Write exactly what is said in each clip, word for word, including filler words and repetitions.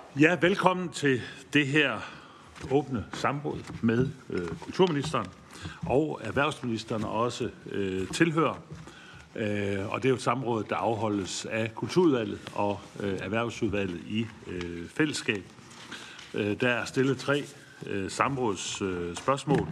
Ja, velkommen til det her åbne samråd med øh, kulturministeren og erhvervsministeren også øh, tilhører. Øh, og det er jo et samråd, der afholdes af Kulturudvalget og øh, Erhvervsudvalget i øh, fællesskab. Øh, der er stillet tre øh, samrådsspørgsmål,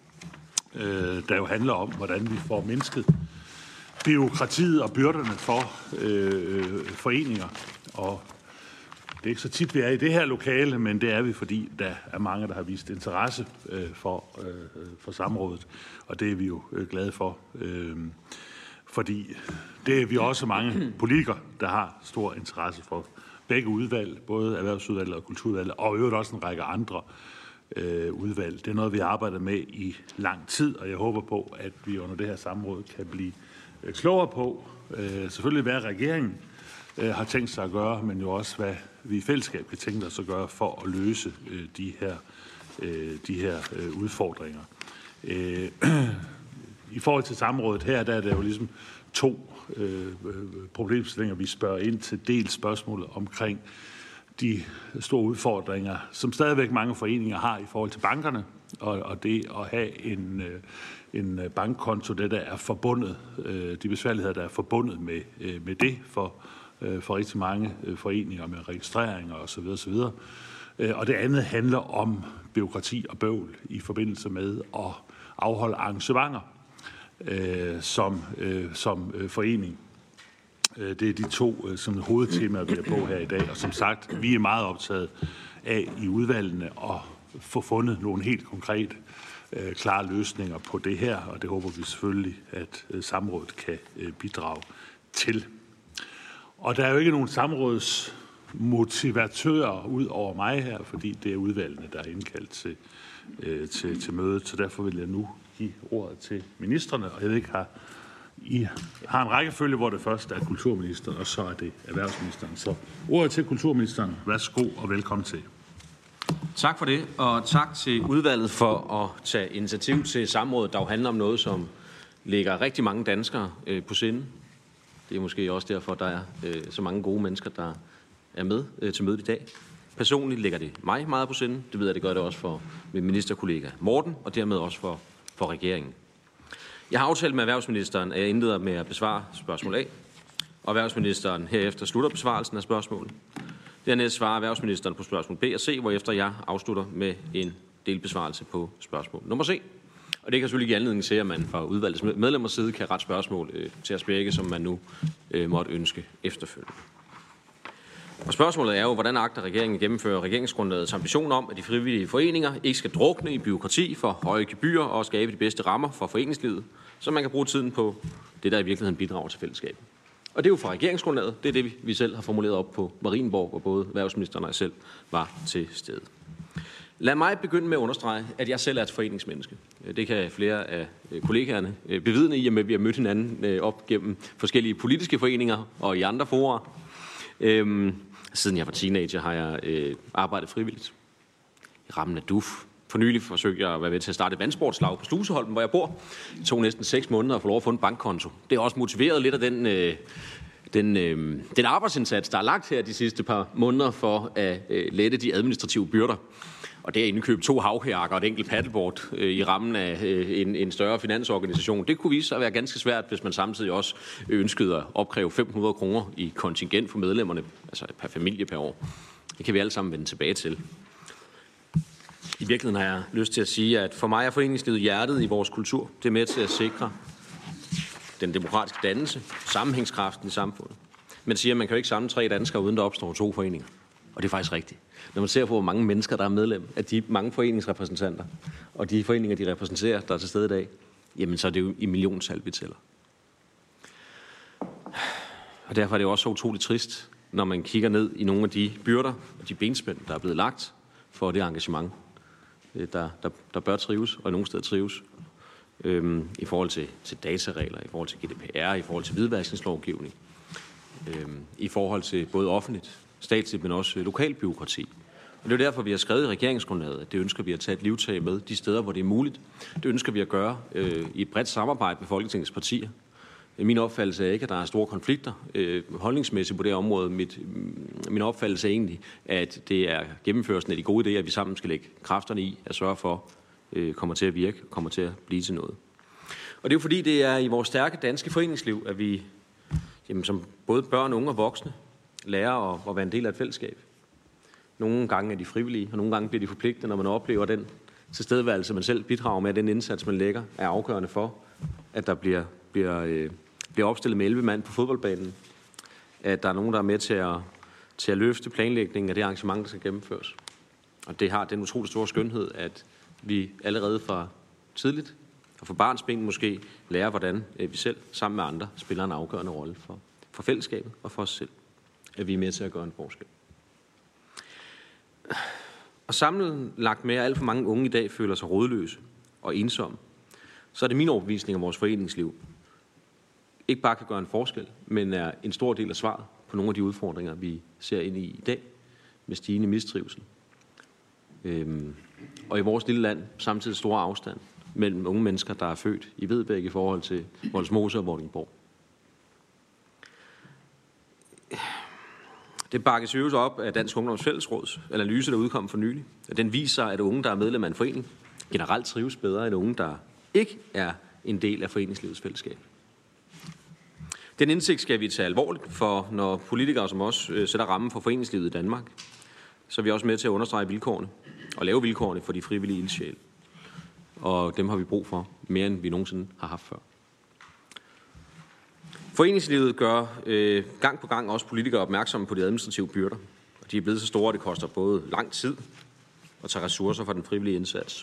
øh, der jo handler om, hvordan vi får mindsket bureaukratiet og byrderne for øh, foreninger. Og det er ikke så tit, vi er i det her lokale, men det er vi, fordi der er mange, der har vist interesse øh, for, øh, for samrådet, og det er vi jo øh, glade for. Øh, fordi det er vi også mange politikere, der har stor interesse for. Begge udvalg, både Erhvervsudvalget og Kulturudvalget, og i øvrigt også en række andre øh, udvalg. Det er noget, vi arbejder med i lang tid, og jeg håber på, at vi under det her samråd kan blive øh, klogere på, øh, selvfølgelig hvad regeringen øh, har tænkt sig at gøre, men jo også hvad vi i fællesskab kan tænke os at gøre for at løse øh, de her, øh, de her øh, udfordringer. Øh, I forhold til samrådet her, der er der jo ligesom to øh, problemstillinger, vi spørger ind til. Dels spørgsmålet omkring de store udfordringer, som stadigvæk mange foreninger har i forhold til bankerne, og, og det at have en, en bankkonto, det der er forbundet, øh, de besværligheder, der er forbundet med, øh, med det for, øh, for rigtig mange foreninger med registreringer osv. osv. Og det andet handler om bureaukrati og bøvl i forbindelse med at afholde arrangementer øh, som, øh, som øh, forening. Det er de to øh, som hovedtemaer, vi er på her i dag. Og som sagt, vi er meget optaget af i udvalgene at få fundet nogle helt konkrete, øh, klare løsninger på det her, og det håber vi selvfølgelig, at øh, samrådet kan øh, bidrage til. Og der er jo ikke nogen samrådsmotivatører ud over mig her, fordi det er udvalgene, der er indkaldt til, øh, til, til mødet, så derfor vil jeg nu give ordet til ministrene, og jeg ved ikke, har I har en rækkefølge, hvor det først er kulturministeren, og så er det erhvervsministeren. Så ordet til kulturministeren. Værsgo og velkommen til. Tak for det, og tak til udvalget for at tage initiativ til samrådet, der jo handler om noget, som ligger rigtig mange danskere øh, på sinde. Det er måske også derfor, der er øh, så mange gode mennesker, der er med øh, til mødet i dag. Personligt ligger det mig meget på sinde. Det ved jeg, det gør det også for min ministerkollega Morten, og dermed også for, for regeringen. Jeg har aftalt med erhvervsministeren, at jeg indleder med at besvare spørgsmål A, og erhvervsministeren herefter slutter besvarelsen af spørgsmålet. Dernæst svarer erhvervsministeren på spørgsmål B og C, hvorefter jeg afslutter med en delbesvarelse på spørgsmål nummer C. Og det kan selvfølgelig give anledning til, at man fra udvalgets medlemmers side kan rette spørgsmål øh, til at spække, som man nu øh, måtte ønske efterfølgende. Og spørgsmålet er jo, hvordan agter regeringen gennemføre regeringsgrundlagets ambition om, at de frivillige foreninger ikke skal drukne i bureaukrati for høje gebyrer og skabe de bedste rammer for foreningslivet, så man kan bruge tiden på det, der i virkeligheden bidrager til fællesskabet. Og det er jo fra regeringsgrundlaget. Det er det, vi selv har formuleret op på Marienborg, hvor både erhvervsministeren og jeg selv var til stede. Lad mig begynde med at understrege, at jeg selv er et foreningsmenneske. Det kan flere af kollegaerne bevidne i, at vi har mødt hinanden op gennem forskellige politiske foreninger og i andre fora. Øhm, siden jeg var teenager, har jeg øh, arbejdet frivilligt i rammen af D U F. For nylig forsøgte jeg at være med til at starte et vandsportslag på Sluseholmen, hvor jeg bor. Det tog næsten seks måneder at få lov at få en bankkonto. Det er også motiveret lidt af den, øh, den, øh, den arbejdsindsats, der er lagt her de sidste par måneder for at øh, lette de administrative byrder. Og det at indkøbe to havkajakker og et enkelt paddleboard øh, i rammen af øh, en, en større finansorganisation, det kunne vise sig at være ganske svært, hvis man samtidig også ønskede at opkræve fem hundrede kroner i kontingent for medlemmerne, altså per familie per år. Det kan vi alle sammen vende tilbage til. I virkeligheden har jeg lyst til at sige, at for mig er foreningslivet hjertet i vores kultur. Det er med til at sikre den demokratiske dannelse, sammenhængskraften i samfundet. Men det siger, at man kan jo ikke samle tre danskere, uden der opstår to foreninger. Og det er faktisk rigtigt. Når man ser på, hvor mange mennesker, der er medlem af de mange foreningsrepræsentanter, og de foreninger, de repræsenterer, der er til stede i dag, jamen så er det jo i milliontal, vi tæller. Og derfor er det jo også så utroligt trist, når man kigger ned i nogle af de byrder og de benspænd, der er blevet lagt for det engagement, der, der, der bør trives, og i nogle steder trives, øhm, i forhold til, til dataregler, i forhold til G D P R, i forhold til hvidvaskningslovgivning, øhm, i forhold til både offentligt, statsligt, men også lokalt bureaukrati. Og det er derfor, vi har skrevet i regeringsgrundlaget, at det ønsker vi at tage et livtag med de steder, hvor det er muligt. Det ønsker vi at gøre øh, i et bredt samarbejde med Folketingets partier. Min opfattelse er ikke, at der er store konflikter øh, holdningsmæssigt på det område. Mit, min opfattelse er egentlig, at det er gennemførelsen af de gode idéer, vi sammen skal lægge kræfterne i at sørge for, øh, kommer til at virke, kommer til at blive til noget. Og det er jo fordi, det er i vores stærke danske foreningsliv, at vi jamen, som både børn, unge og voksne lærer at, at være en del af et fællesskab. Nogle gange er de frivillige, og nogle gange bliver de forpligtede, når man oplever den tilstedeværelse, man selv bidrager med, den indsats, man lægger, er afgørende for, at der bliver, bliver, øh, bliver opstillet med elleve mand på fodboldbanen. At der er nogen, der er med til at, til at løfte planlægningen af det arrangement, der skal gennemføres. Og det har den utrolig store skønhed, at vi allerede fra tidligt, og for barnsben måske, lærer, hvordan vi selv sammen med andre spiller en afgørende rolle for, for fællesskabet og for os selv. At vi er med til at gøre en forskel. Og sammenlagt med, at alt for mange unge i dag føler sig rådløse og ensomme, så er det min overbevisning, at vores foreningsliv ikke bare kan gøre en forskel, men er en stor del af svaret på nogle af de udfordringer, vi ser ind i i dag, med stigende mistrivsel. Øhm, og i vores lille land samtidig stor afstand mellem unge mennesker, der er født i Vedbæk i forhold til Vollsmose og Vordingborg. Det bakkes jo op af Dansk Ungdoms Fællesråds analyse, der udkom for nylig. Den viser, at unge, der er medlem af en forening, generelt trives bedre end unge, der ikke er en del af foreningslivets fællesskab. Den indsigt skal vi tage alvorligt, for når politikere som os sætter rammen for foreningslivet i Danmark, så er vi også med til at understrege vilkårene og lave vilkårene for de frivillige ildsjæle. Og dem har vi brug for mere, end vi nogensinde har haft før. Foreningslivet gør øh, gang på gang også politikere opmærksomme på de administrative byrder. Og de er blevet så store, at det koster både lang tid og tager ressourcer for den frivillige indsats.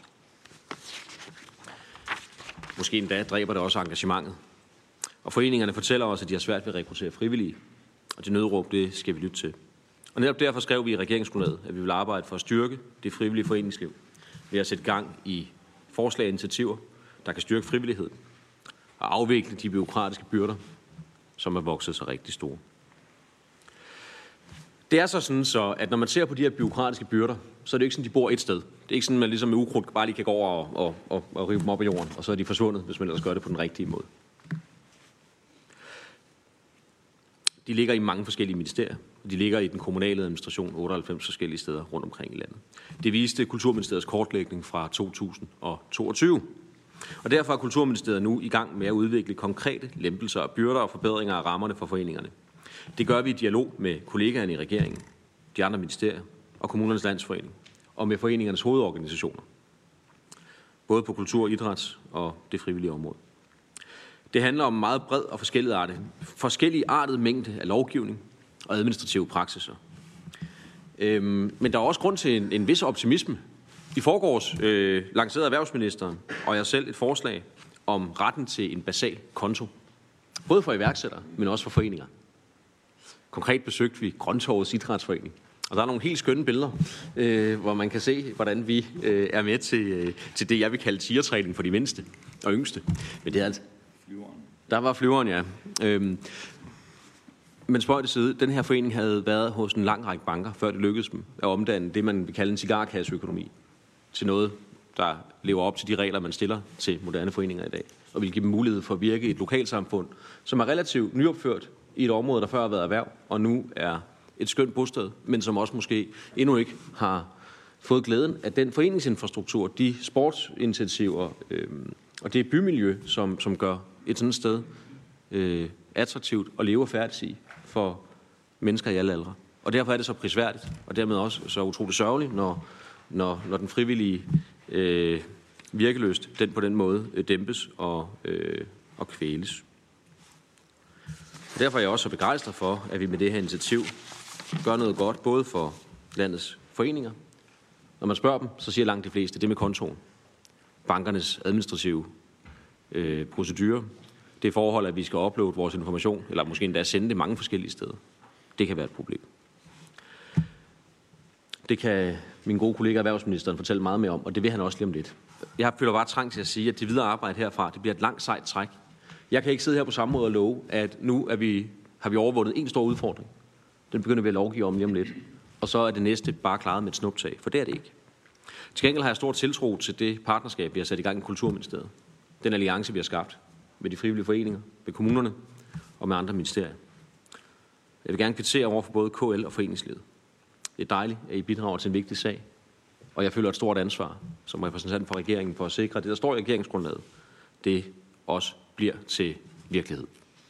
Måske endda dræber det også engagementet. Og foreningerne fortæller os, at de har svært ved at rekruttere frivillige. Og det nødråb, det skal vi lytte til. Og netop derfor skrev vi i regeringsgrundlaget, at vi vil arbejde for at styrke det frivillige foreningsliv ved at sætte gang i forslag og initiativer, der kan styrke frivilligheden og afvikle de bureaukratiske byrder, som er vokset så rigtig store. Det er så sådan, så, at når man ser på de her bureaukratiske byrder, så er det ikke sådan, de bor et sted. Det er ikke sådan, at man ligesom med ukrudt bare lige kan gå over og, og, og, og rive dem op af jorden, og så er de forsvundet, hvis man ellers gør det på den rigtige måde. De ligger i mange forskellige ministerier. De ligger i den kommunale administration otteoghalvfems forskellige steder rundt omkring i landet. Det viste Kulturministeriets kortlægning fra to tusind og toogtyve. Og derfor er Kulturministeriet nu i gang med at udvikle konkrete lempelser af byrder og forbedringer af rammerne for foreningerne. Det gør vi i dialog med kollegaerne i regeringen, de andre ministerier og Kommunernes Landsforening og med foreningernes hovedorganisationer. Både på kultur, idræts og det frivillige område. Det handler om meget bred og forskelligartet mængde af lovgivning og administrative praksiser. Øhm, men der er også grund til en, en vis optimisme. I forgårs øh, lancerede erhvervsministeren og jeg selv et forslag om retten til en basal konto. Både for iværksættere, men også for foreninger. Konkret besøgte vi Grøntorvets Idrætsforening. Og der er nogle helt skønne billeder, øh, hvor man kan se, hvordan vi øh, er med til, øh, til det, jeg vil kalde tigertræning for de mindste og yngste. Men det er altså... Flyveren. Der var flyveren, ja. Øhm, men spøj til side, den her forening havde været hos en lang række banker, før det lykkedes dem at omdanne det, man vil kalde en cigarkasseøkonomi, til noget, der lever op til de regler, man stiller til moderne foreninger i dag, og vil give dem mulighed for at virke i et lokalsamfund, som er relativt nyopført i et område, der før har været erhverv, og nu er et skønt bosted, men som også måske endnu ikke har fået glæden af den foreningsinfrastruktur, de sportsinitiativer øh, og det bymiljø, som, som gør et sådan sted øh, attraktivt at leve og færdes i for mennesker i alle aldre. Og derfor er det så prisværdigt, og dermed også så utroligt sørgeligt, når, når, når den frivillige øh, virkeløst, den på den måde øh, dæmpes og, øh, og kvæles. Og derfor er jeg også så begejstret for, at vi med det her initiativ gør noget godt, både for landets foreninger. Når man spørger dem, så siger langt de fleste, det med kontoen, bankernes administrative øh, procedurer, det forhold, at vi skal uploade vores information, eller måske endda sende det mange forskellige steder, det kan være et problem. Det kan min gode kollega erhvervsministeren fortælle meget mere om, og det vil han også lige om lidt. Jeg føler bare trang til at sige, at det videre arbejde herfra, det bliver et langt sejt træk. Jeg kan ikke sidde her på samme måde og love, at nu er vi, har vi overvundet en stor udfordring. Den begynder vi at lovgive om lige om lidt. Og så er det næste bare klaret med et snuptag, for det er det ikke. Til gengæld har jeg stor tiltro til det partnerskab, vi har sat i gang i Kulturministeriet. Den alliance, vi har skabt med de frivillige foreninger, med kommunerne, og med andre ministerier. Jeg vil gerne kvittere over for både K L og foreningslivet. Det er dejligt, at I bidrager til en vigtig sag, og jeg føler et stort ansvar som repræsentant for regeringen for at sikre, at det, der står i regeringsgrundlaget, det også bliver til virkelighed.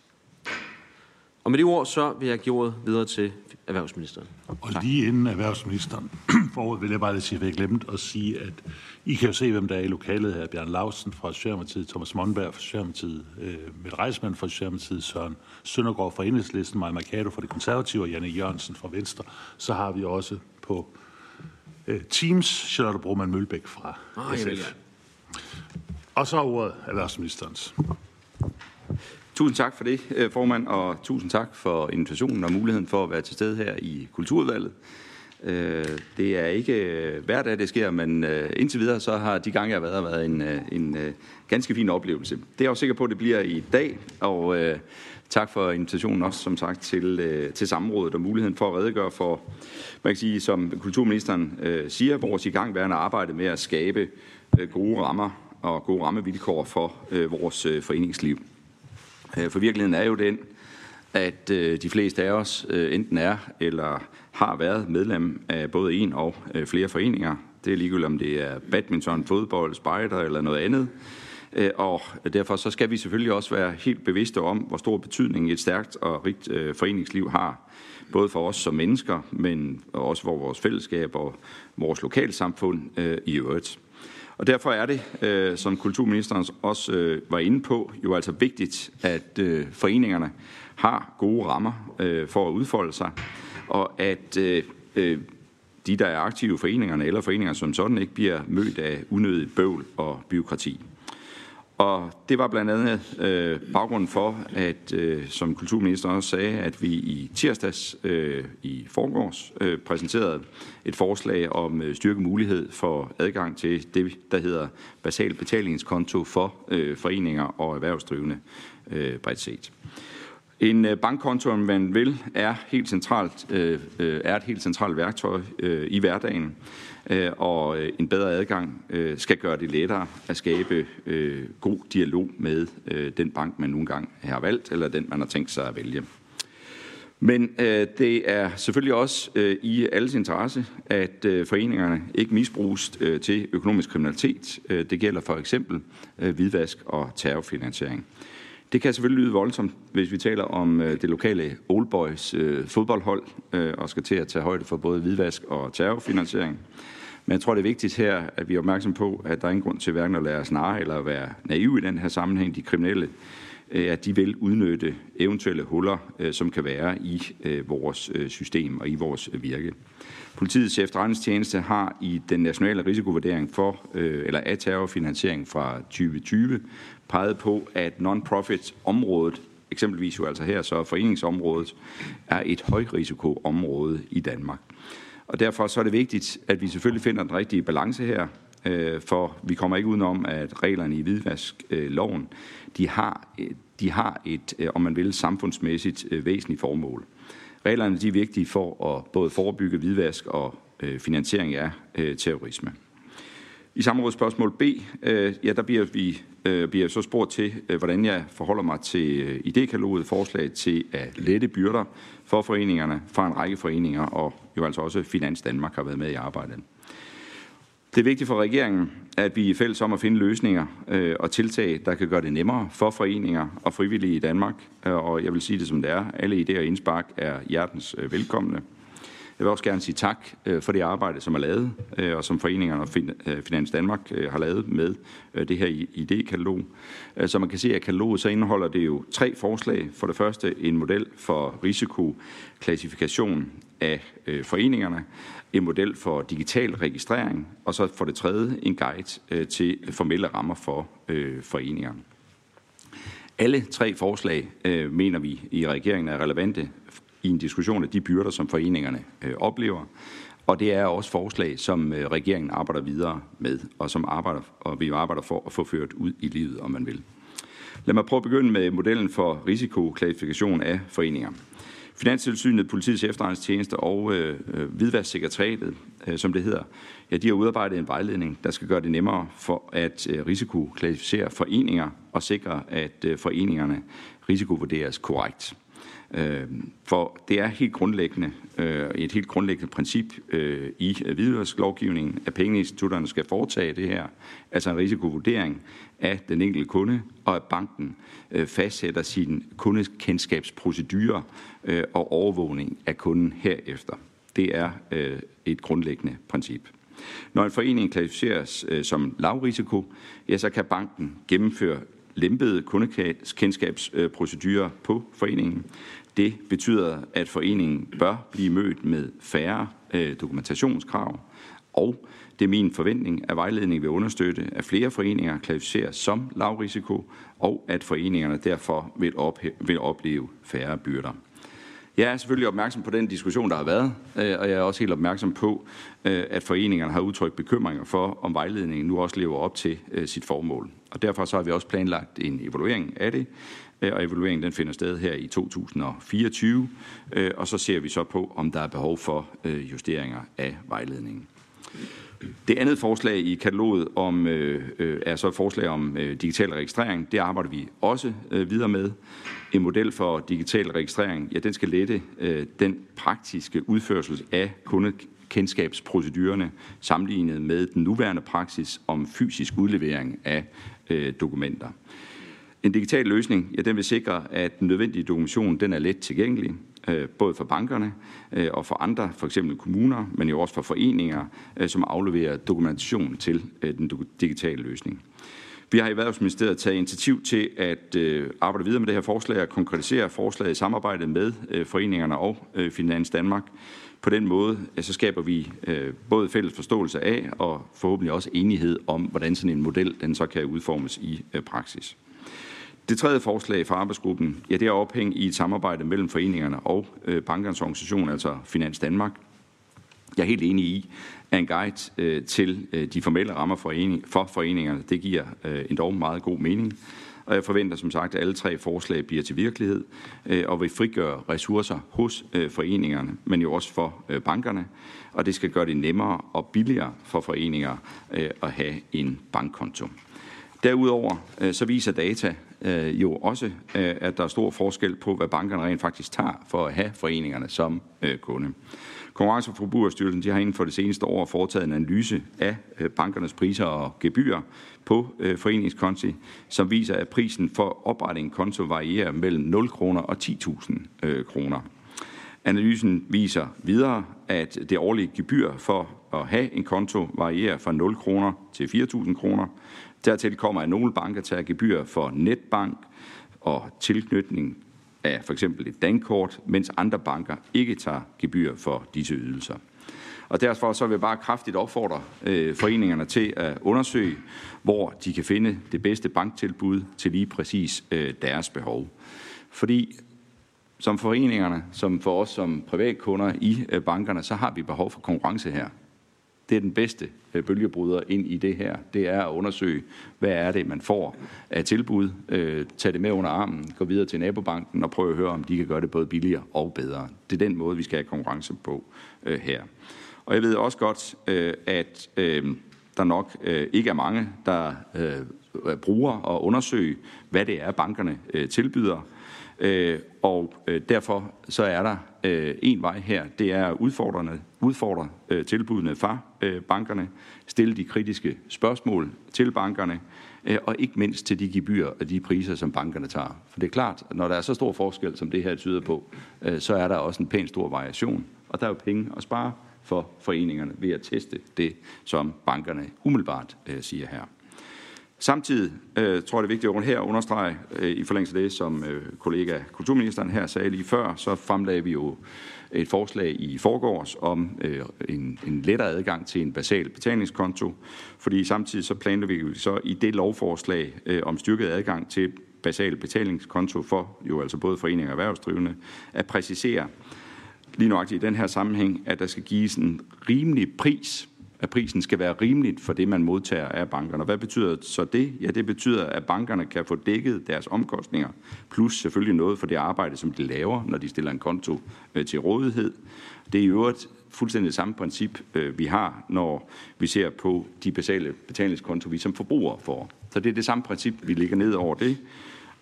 Og med de ord, så vil jeg give ordet videre til erhvervsministeren. Og lige inden erhvervsministeren forud vil jeg bare lige sige, at jeg glemte at sige, at I kan jo se, hvem der er i lokalet her. Bjørn Lausen fra Socialdemokratiet, Thomas Monberg fra Socialdemokratiet, øh, Mette Reismann fra Socialdemokratiet, Søren Søndergaard fra Enhedslisten, Maja Mercado fra De Konservative og Janne Jørgensen fra Venstre. Så har vi også på øh, Teams Charlotte Broman Mølbæk fra ah, S F. Og så ordet erhvervsministerens. Tusind tak for det, formand, og tusind tak for invitationen og muligheden for at være til stede her i Kulturudvalget. Det er ikke hver dag, det sker, men indtil videre så har de gange, jeg har været, været en, en ganske fin oplevelse. Det er jeg også sikker på, at det bliver i dag, og tak for invitationen også, som sagt, til, til samrådet og muligheden for at redegøre for, man kan sige, som kulturministeren siger, vores igangværende arbejde med at skabe gode rammer og gode rammevilkår for vores foreningsliv. For virkeligheden er jo den, at de fleste af os enten er eller har været medlem af både en og flere foreninger. Det er ligegyldigt, om det er badminton, fodbold, spejder eller noget andet. Og derfor så skal vi selvfølgelig også være helt bevidste om, hvor stor betydning et stærkt og rigt foreningsliv har. Både for os som mennesker, men også for vores fællesskab og vores lokalsamfund i øvrigt. Og derfor er det, øh, som kulturministeren også øh, var inde på, jo altså vigtigt, at øh, foreningerne har gode rammer øh, for at udfolde sig, og at øh, de, der er aktive i foreningerne eller foreninger som sådan, ikke bliver mødt af unødigt bøvl og byråkrati. Og det var blandt andet øh, baggrunden for, at, øh, som kulturministeren også sagde, at vi i tirsdags øh, i forgårs øh, præsenterede et forslag om øh, styrket mulighed for adgang til det, der hedder basal betalingskonto for øh, foreninger og erhvervsdrivende øh, bredt set. En øh, bankkonto, om man vil, er, helt centralt, øh, er et helt centralt værktøj øh, i hverdagen. Og en bedre adgang skal gøre det lettere at skabe god dialog med den bank, man nogle gange har valgt, eller den, man har tænkt sig at vælge. Men det er selvfølgelig også i alles interesse, at foreningerne ikke misbruges til økonomisk kriminalitet. Det gælder for eksempel hvidvask og terrorfinansiering. Det kan selvfølgelig lyde voldsomt, hvis vi taler om det lokale Old Boys fodboldhold og skal til at tage højde for både hvidvask og terrorfinansiering. Men jeg tror, det er vigtigt her, at vi er opmærksom på, at der er ingen grund til hverken at lade os narre eller at være naive i den her sammenhæng. De kriminelle, at de vil udnytte eventuelle huller, som kan være i vores system og i vores virke. Politiets efterretningstjeneste har i den nationale risikovurdering for, eller af terrorfinansiering fra tyve tyve peget på, at non-profit-området, eksempelvis jo altså her så foreningsområdet, er et højrisikoområde i Danmark. Og derfor så er det vigtigt, at vi selvfølgelig finder den rigtige balance her, for vi kommer ikke udenom, at reglerne i hvidvaskloven, de har, de har et, om man vil, samfundsmæssigt væsentligt formål. Reglerne de er vigtige for at både forebygge hvidvask og finansiering af terrorisme. I samrådsspørgsmål B, ja, der bliver vi bliver så spurgt til, hvordan jeg forholder mig til idékataloget forslag til at lette byrder for foreningerne, fra en række foreninger, og jo altså også Finans Danmark har været med i arbejdet. Det er vigtigt for regeringen, at vi er fælles om at finde løsninger og tiltag, der kan gøre det nemmere for foreninger og frivillige i Danmark, og jeg vil sige det som det er. Alle idéer og indspark er hjertens velkomne. Jeg vil også gerne sige tak for det arbejde, som er lavet, og som foreningerne og Finans Danmark har lavet med det her idékatalog. Så man kan se, at kataloget så indeholder det jo tre forslag. For det første en model for risikoklassifikation af foreningerne, en model for digital registrering, og så for det tredje en guide til formelle rammer for foreningerne. Alle tre forslag mener vi i regeringen er relevante i en diskussion af de byrder, som foreningerne øh, oplever. Og det er også forslag, som øh, regeringen arbejder videre med, og som arbejder, og vi arbejder for at få ført ud i livet, om man vil. Lad mig prøve at begynde med modellen for risikoklassifikation af foreninger. Finanstilsynet, Politiets Efterretningstjeneste og øh, Hvidvasksekretariatet, øh, som det hedder, ja, de har udarbejdet en vejledning, der skal gøre det nemmere for at øh, risikoklassificere foreninger og sikre, at øh, foreningerne risikovurderes korrekt. For det er helt grundlæggende, et helt grundlæggende princip i hvidvasklovgivningen, at pengeinstitutterne skal foretage det her, altså en risikovurdering af den enkelte kunde, og at banken fastsætter sine kundekendskabsprocedurer og overvågning af kunden herefter. Det er et grundlæggende princip. Når en forening klassificeres som lavrisiko, ja, så kan banken gennemføre lempede kundekendskabsprocedurer på foreningen. Det betyder, at foreningen bør blive mødt med færre dokumentationskrav, og det er min forventning, at vejledningen vil understøtte, at flere foreninger klassificeres som lavrisiko, og at foreningerne derfor vil, op- vil opleve færre byrder. Jeg er selvfølgelig opmærksom på den diskussion, der har været, og jeg er også helt opmærksom på, at foreningerne har udtrykt bekymringer for, om vejledningen nu også lever op til sit formål. Og derfor så har vi også planlagt en evaluering af det, og evalueringen den finder sted her i to tusind og fireogtyve, og så ser vi så på, om der er behov for justeringer af vejledningen. Det andet forslag i kataloget om, øh, er så et forslag om øh, digital registrering. Det arbejder vi også øh, videre med. En model for digital registrering, ja, den skal lette øh, den praktiske udførsel af kundekendskabsprocedurerne sammenlignet med den nuværende praksis om fysisk udlevering af øh, dokumenter. En digital løsning, ja, den vil sikre, at den nødvendige dokumentation den er let tilgængelig, både for bankerne og for andre, for eksempel kommuner, men jo også for foreninger, som afleverer dokumentation til den digitale løsning. Vi har i Erhvervsministeriet taget initiativ til at arbejde videre med det her forslag og konkretisere forslaget i samarbejde med foreningerne og Finans Danmark. På den måde så skaber vi både fælles forståelse af og forhåbentlig også enighed om, hvordan sådan en model den så kan udformes i praksis. Det tredje forslag fra arbejdsgruppen, ja, det er ophæng i et samarbejde mellem foreningerne og øh, bankernes organisation, altså Finans Danmark. Jeg er helt enig i, at en guide øh, til øh, de formelle rammer for, ening, for foreningerne, det giver øh, endda meget god mening. Og jeg forventer som sagt, at alle tre forslag bliver til virkelighed øh, og vil frigøre ressourcer hos øh, foreningerne, men jo også for øh, bankerne. Og det skal gøre det nemmere og billigere for foreninger øh, at have en bankkonto. Derudover så viser data jo også, at der er stor forskel på, hvad bankerne rent faktisk tager for at have foreningerne som kunde. Konkurrence- og Forbrugerstyrelsen de har inden for det seneste år foretaget en analyse af bankernes priser og gebyrer på foreningskonti, som viser, at prisen for at oprette en konto varierer mellem nul kroner og ti tusind kroner. Analysen viser videre, at det årlige gebyr for at have en konto varierer fra nul kroner til fire tusind kroner. Dertil kommer, at nogle banker tager gebyr for netbank og tilknytning af for eksempel et dankort, mens andre banker ikke tager gebyr for disse ydelser. Og derfor så vil jeg bare kraftigt opfordre øh, foreningerne til at undersøge, hvor de kan finde det bedste banktilbud til lige præcis øh, deres behov. Fordi som foreningerne, som for os som privatkunder i øh, bankerne, så har vi behov for konkurrence her. Det er den bedste bølgebryder ind i det her. Det er at undersøge, hvad er det, man får af tilbud. Øh, tag det med under armen, gå videre til nabobanken og prøve at høre, om de kan gøre det både billigere og bedre. Det er den måde, vi skal have konkurrence på øh, her. Og jeg ved også godt, øh, at øh, der nok øh, ikke er mange, der øh, bruger og undersøge, hvad det er, bankerne øh, tilbyder. Øh, og øh, derfor så er der øh, en vej her, det er at udfordre, udfordre øh, tilbudene fra øh, bankerne, stille de kritiske spørgsmål til bankerne, øh, og ikke mindst til de gebyrer og de priser, som bankerne tager. For det er klart, at når der er så stor forskel, som det her tyder på, øh, så er der også en pæn stor variation, og der er jo penge at spare for foreningerne ved at teste det, som bankerne umiddelbart øh, siger her. Samtidig øh, tror jeg, det er vigtigt at her understrege, øh, i forlængelse af det, som øh, kollega kulturministeren her sagde lige før, så fremlagde vi jo et forslag i forgårs om øh, en, en lettere adgang til en basal betalingskonto, fordi samtidig så planlægger vi så i det lovforslag øh, om styrket adgang til basal betalingskonto for jo altså både foreninger og erhvervsdrivende, at præcisere lige nøjagtigt i den her sammenhæng, at der skal gives en rimelig pris, at prisen skal være rimeligt for det, man modtager af bankerne. Hvad betyder så det? Ja, det betyder, at bankerne kan få dækket deres omkostninger, plus selvfølgelig noget for det arbejde, som de laver, når de stiller en konto øh, til rådighed. Det er jo et fuldstændig samme princip, øh, vi har, når vi ser på de basale betalingskonto, vi som forbrugere får. Så det er det samme princip, vi ligger ned over det.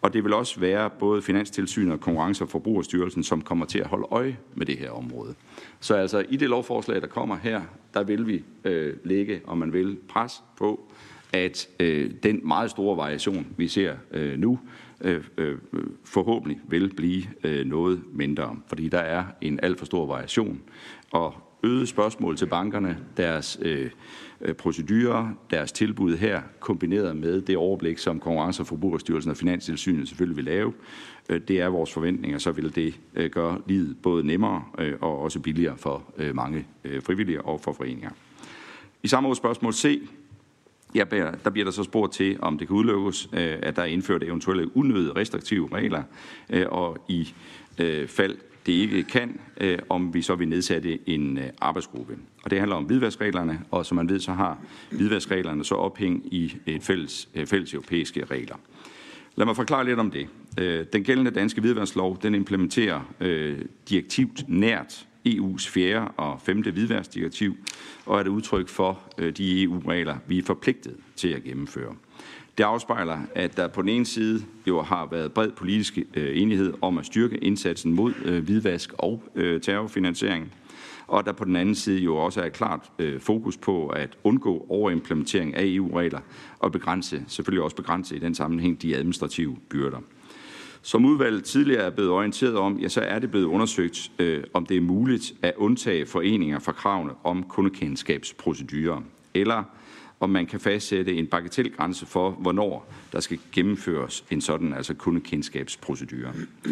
Og det vil også være både Finanstilsynet og Konkurrence- og Forbrugerstyrelsen, som kommer til at holde øje med det her område. Så altså i det lovforslag, der kommer her, der vil vi øh, lægge, om man vil, pres på, at øh, den meget store variation, vi ser øh, nu, øh, øh, forhåbentlig vil blive øh, noget mindre, fordi der er en alt for stor variation. Og øget spørgsmål til bankerne, deres øh, procedurer, deres tilbud her, kombineret med det overblik, som Konkurrence- og Forbrugerstyrelsen og Finanstilsynet selvfølgelig vil lave, øh, det er vores forventninger, så vil det øh, gøre livet både nemmere øh, og også billigere for øh, mange øh, frivillige og for foreninger. I samme spørgsmål C, ja, der bliver der så spurgt til, om det kan udelukkes, øh, at der er indført eventuelle unødige restriktive regler, øh, og i øh, fald det ikke kan, øh, om vi så vil nedsætte en øh, arbejdsgruppe. Og det handler om hvidvaskreglerne, og som man ved, så har hvidvaskreglerne så ophæng i et fælles, øh, fælles europæiske regler. Lad mig forklare lidt om det. Øh, den gældende danske hvidvasklov, den implementerer øh, direktivt nært E U's fjerde og femte hvidvaskdirektiv, og er et udtryk for øh, de E U-regler, vi er forpligtet til at gennemføre. Det afspejler, at der på den ene side jo har været bred politisk øh, enighed om at styrke indsatsen mod øh, hvidvask og øh, terrorfinansiering, og der på den anden side jo også er et klart øh, fokus på at undgå overimplementering af E U-regler og begrænse, selvfølgelig også begrænse i den sammenhæng de administrative byrder. Som udvalget tidligere er blevet orienteret om, ja, så er det blevet undersøgt, øh, om det er muligt at undtage foreninger fra kravene om kundekendskabsprocedurer, eller om man kan fastsætte en bagatelgrænse for, hvornår der skal gennemføres en sådan, altså kundekendskabsprocedure.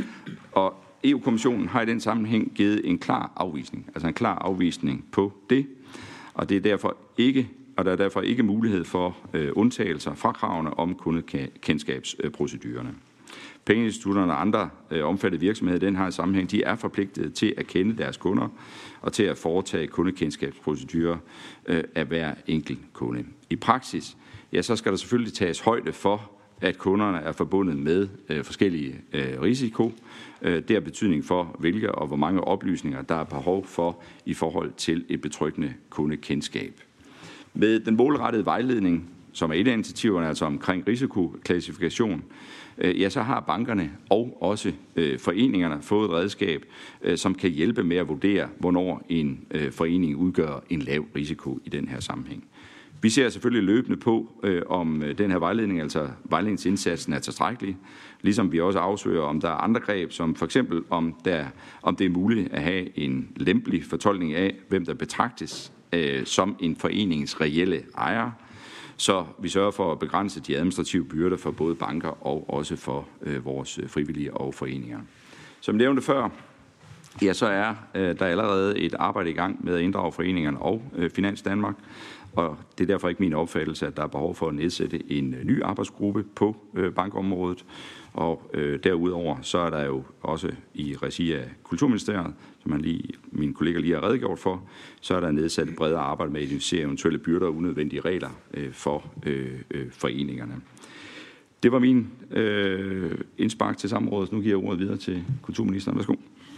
Og E U-kommissionen har i den sammenhæng givet en klar afvisning, altså en klar afvisning på det, og det er derfor ikke, og der er derfor ikke mulighed for øh, undtagelser fra kravene om kundekendskabsprocedurerne. Pengeinstitutterne og andre øh, omfattede virksomheder i den her sammenhæng, de er forpligtet til at kende deres kunder og til at foretage kundekendskabsprocedurer øh, af hver enkelt kunde. I praksis, ja, så skal der selvfølgelig tages højde for, at kunderne er forbundet med øh, forskellige øh, risiko. Øh, det har betydning for, hvilke og hvor mange oplysninger, der er behov for i forhold til et betryggende kundekendskab. Med den målrettede vejledning, som er et af initiativerne, altså omkring risikoklassifikation, ja, så har bankerne og også øh, foreningerne fået et redskab, øh, som kan hjælpe med at vurdere, hvornår en øh, forening udgør en lav risiko i den her sammenhæng. Vi ser selvfølgelig løbende på, øh, om øh, den her vejledning, altså vejledningsindsatsen, er tilstrækkelig, ligesom vi også afsøger, om der er andre greb, som for eksempel, om, der, om det er muligt at have en lempelig fortolkning af, hvem der betragtes øh, som en forenings reelle ejer, så vi sørger for at begrænse de administrative byrder for både banker og også for øh, vores frivillige og foreninger. Som nævnte før, ja, så er øh, der allerede et arbejde i gang med at inddrage foreningerne og øh, Finans Danmark, og det er derfor ikke min opfattelse, at der er behov for at nedsætte en øh, ny arbejdsgruppe på øh, bankområdet. Og øh, derudover så er der jo også i regi af Kulturministeriet, som man lige, min kollega lige har redegjort for, så er der nedsat et bredere arbejde med at identificere eventuelle byrder og unødvendige regler øh, for øh, øh, foreningerne. Det var min øh, indspark til samrådet. Nu giver jeg ordet videre til kulturministeren. Værsgo.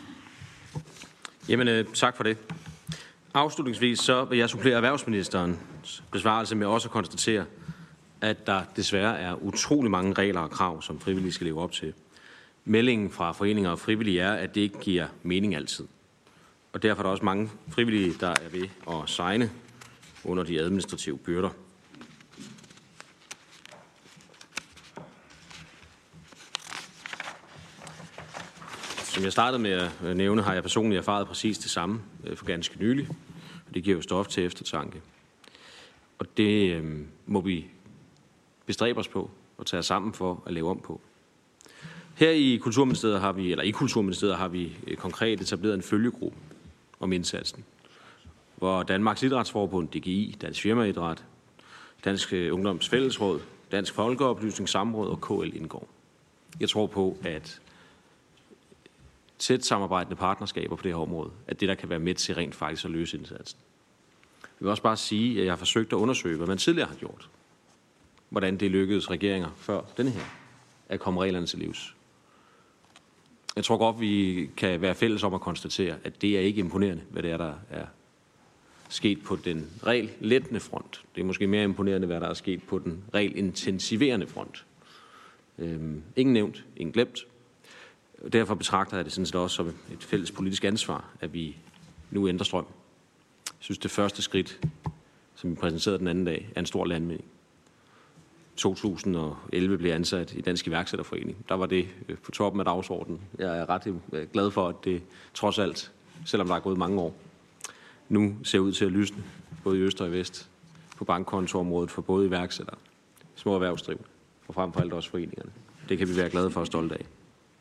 Jamen, øh, tak for det. Afslutningsvis så vil jeg supplere erhvervsministerens besvarelse med også at konstatere, at der desværre er utrolig mange regler og krav, som frivillige skal leve op til. Meldingen fra foreninger og frivillige er, at det ikke giver mening altid. Og derfor er der også mange frivillige, der er ved at sejne under de administrative byrder. Som jeg startede med at nævne, har jeg personligt erfaret præcis det samme for ganske nylig. Og det giver jo stof til eftertanke. Og det øh, må vi bestræbe os på og tage os sammen for at lave om på. Her i Kulturministeriet har vi, eller i Kulturministeriet har vi konkret etableret en følgegruppe om indsatsen, hvor Danmarks Idrætsforbund, D G I, Dansk Firmaidræt, Dansk Ungdoms Fællesråd, Dansk Folkeoplysningssamråd og K L indgår. Jeg tror på, at tæt samarbejdende partnerskaber på det her område, at det, der kan være med til rent faktisk at løse indsatsen. Jeg vil også bare sige, at jeg har forsøgt at undersøge, hvad man tidligere har gjort. Hvordan det lykkedes regeringer før denne her, at komme reglerne til livs. Jeg tror godt, vi kan være fælles om at konstatere, at det er ikke imponerende, hvad det er, der er sket på den regellettende front. Det er måske mere imponerende, hvad der er sket på den regelintensiverende front. Øhm, ingen nævnt, ingen glemt. Derfor betragter jeg det sådan set også som et fælles politisk ansvar, at vi nu ændrer strøm. Jeg synes, det første skridt, som vi præsenterede den anden dag, er en stor landvinding. to tusind og elleve blev ansat i Dansk Iværksætterforening. Der var det på toppen af dagsordenen. Jeg er ret glad for, at det trods alt, selvom der er gået mange år, nu ser ud til at lysne, både i øst og i vest, på bankkontoområdet for både iværksættere, små erhvervsdrivende og frem for alt også foreningerne. Det kan vi være glade for og stolte af.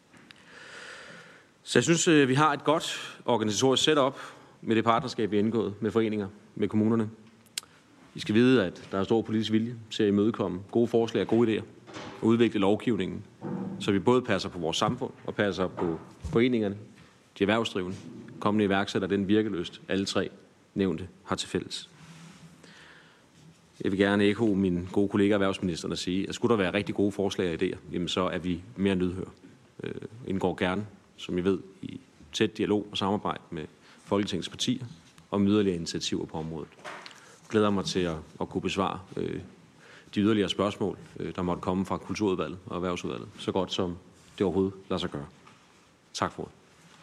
Så jeg synes, vi har et godt organisatorisk setup med det partnerskab, vi har indgået med foreninger, med kommunerne. I skal vide, at der er stor politisk vilje til at imødekomme gode forslag og gode idéer og udvikle lovgivningen, så vi både passer på vores samfund og passer på foreningerne, de erhvervsdrivende, kommende iværksættere, den virkelyst, alle tre nævnte har til fælles. Jeg vil gerne ekko min gode kollega erhvervsministeren og sige, at skulle der være rigtig gode forslag og idéer, jamen så er vi mere lydhøre. Øh, indgår gerne, som I ved, i tæt dialog og samarbejde med Folketingets partier om yderligere initiativer på området. Jeg glæder mig til at, at kunne besvare øh, de yderligere spørgsmål, øh, der måtte komme fra Kulturudvalget og Erhvervsudvalget, så godt som det overhovedet lader sig gøre. Tak for det.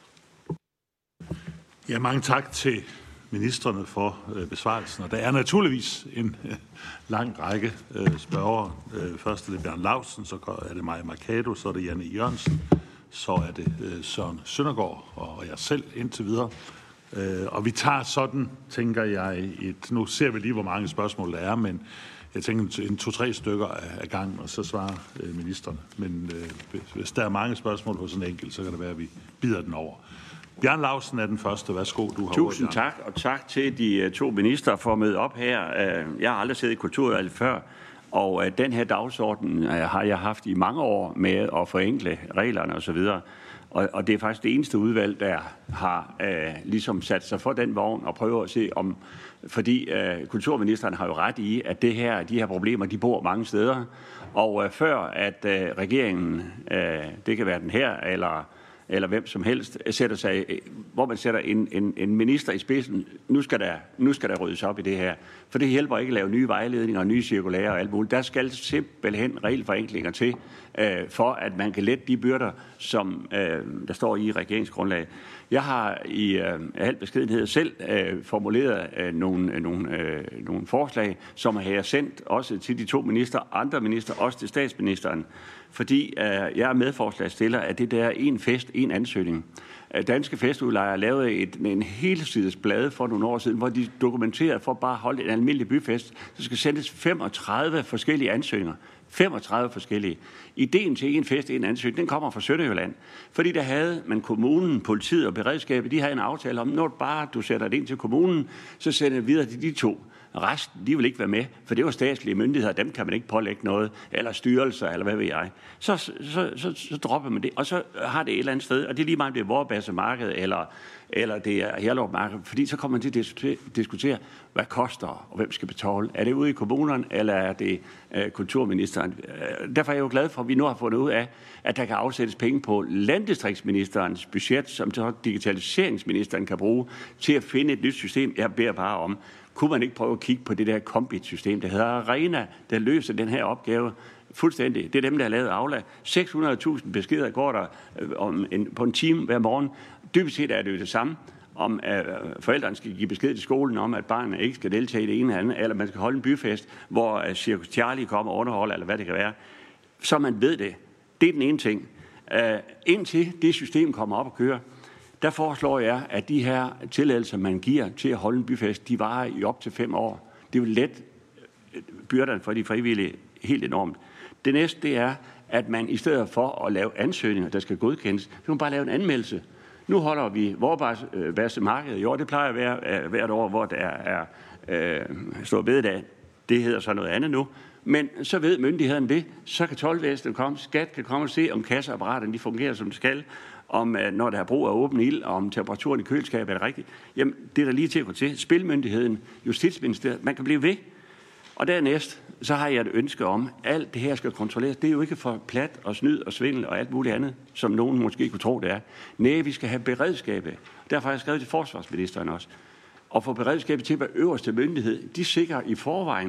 Ja, mange tak til ministrene for øh, besvarelsen. Og der er naturligvis en øh, lang række øh, spørgere. Øh, først er det Bjørn Laustsen, så er det Maja Mercado, så er det Janne Jørgensen, så er det øh, Søren Søndergaard og jeg selv indtil videre. Øh, og vi tager sådan, tænker jeg, et, nu ser vi lige, hvor mange spørgsmål der er, men jeg tænker en to-tre stykker af gangen, og så svarer øh, ministerne. Men øh, hvis der er mange spørgsmål hos en enkelt, så kan det være, at vi bider den over. Bjørn Laustsen er den første. Værsgo, du har Tusind ordet, tak, og tak til de to minister for at møde op her. Jeg har aldrig siddet i Kulturudvalget før, og den her dagsorden har jeg haft i mange år med at forenkle reglerne osv. Og, og det er faktisk det eneste udvalg, der har øh, ligesom sat sig for den vogn og prøver at se om, fordi øh, kulturministeren har jo ret i, at det her, de her problemer, de bor mange steder. Og øh, før at øh, regeringen, øh, det kan være den her, eller eller hvem som helst, sætter sig, hvor man sætter en, en, en minister i spidsen, nu skal, der, nu skal der ryddes op i det her. For det hjælper ikke at lave nye vejledninger og nye cirkulærer og alt muligt. Der skal simpelthen regelforenklinger til, øh, for at man kan lette de byrder, som øh, der står i regeringsgrundlaget. Jeg har i øh, al beskedenhed selv øh, formuleret øh, nogle, øh, nogle, øh, nogle forslag, som har jeg sendt også til de to minister, andre minister, også til statsministeren, fordi øh, jeg er medforslagsstiller af det der en fest, en ansøgning. Danske Festudlejere lavede et, en helsides blad for nogle år siden, hvor de dokumenterede for bare at holde en almindelig byfest, så skal sendes femogtredive forskellige ansøgninger. femogtredive forskellige. Ideen til en fest, en ansøgning, den kommer fra Sønderjylland. Fordi der havde man kommunen, politiet og beredskabet, de havde en aftale om, når bare du sætter det ind til kommunen, så sender det videre til de to. Resten, de vil ikke være med, for det var statslige myndigheder, dem kan man ikke pålægge noget, eller styrelser, eller hvad ved jeg. Så, så, så, så dropper man det, og så har det et eller andet sted, og det er lige meget, om det er Vorbasse-marked, eller, eller det er Herlev-marked, fordi så kommer man til at diskutere, diskutere, hvad koster, og hvem skal betale. Er det ude i kommunerne, eller er det øh, kulturministeren? Øh, derfor er jeg jo glad for, at vi nu har fundet ud af, at der kan afsættes penge på landdistriktsministerens budget, som digitaliseringsministeren kan bruge til at finde et nyt system. Jeg beder bare om, kunne man ikke prøve at kigge på det der Kombit-system, der hedder Arena, der løser den her opgave fuldstændig. Det er dem, der har lavet Aula. seks hundrede tusind beskeder går der øh, om en, på en time hver morgen. Dybest set er det jo det samme, om øh, forældrene skal give besked til skolen om, at barnet ikke skal deltage i det ene eller andet, eller man skal holde en byfest, hvor øh, Circus Charlie kommer og underholder, eller hvad det kan være. Så man ved det. Det er den ene ting. Øh, indtil det system kommer op og kører, der foreslår jeg, at de her tilladelser, man giver til at holde en byfest, de varer i op til fem år. Det vil let byrderne for de frivillige helt enormt. Det næste, det er, at man i stedet for at lave ansøgninger, der skal godkendes, så kan man bare lave en anmeldelse. Nu holder vi Vorbasse-markedet i år. Det plejer at være hvert år, hvor der er øh, stor bededag. Det hedder så noget andet nu. Men så ved myndighederne det. Så kan toldvæsenet komme, skat kan komme og se, om kasseapparaterne de fungerer, som de skal. Om når der er brug af åben ild, og om temperaturen i køleskabet er det rigtigt. Jamen, det er der lige til at gå til. Spilmyndigheden, Justitsministeriet, man kan blive ved. Og dernæst, så har jeg et ønske om, at alt det her skal kontrolleres. Det er jo ikke for plat og snyd og svindel og alt muligt andet, som nogen måske kunne tro, det er. Nej, vi skal have beredskabet. Derfor har jeg skrevet til forsvarsministeren også. Og få beredskabet til at være øverste myndighed. De sikrer i forvejen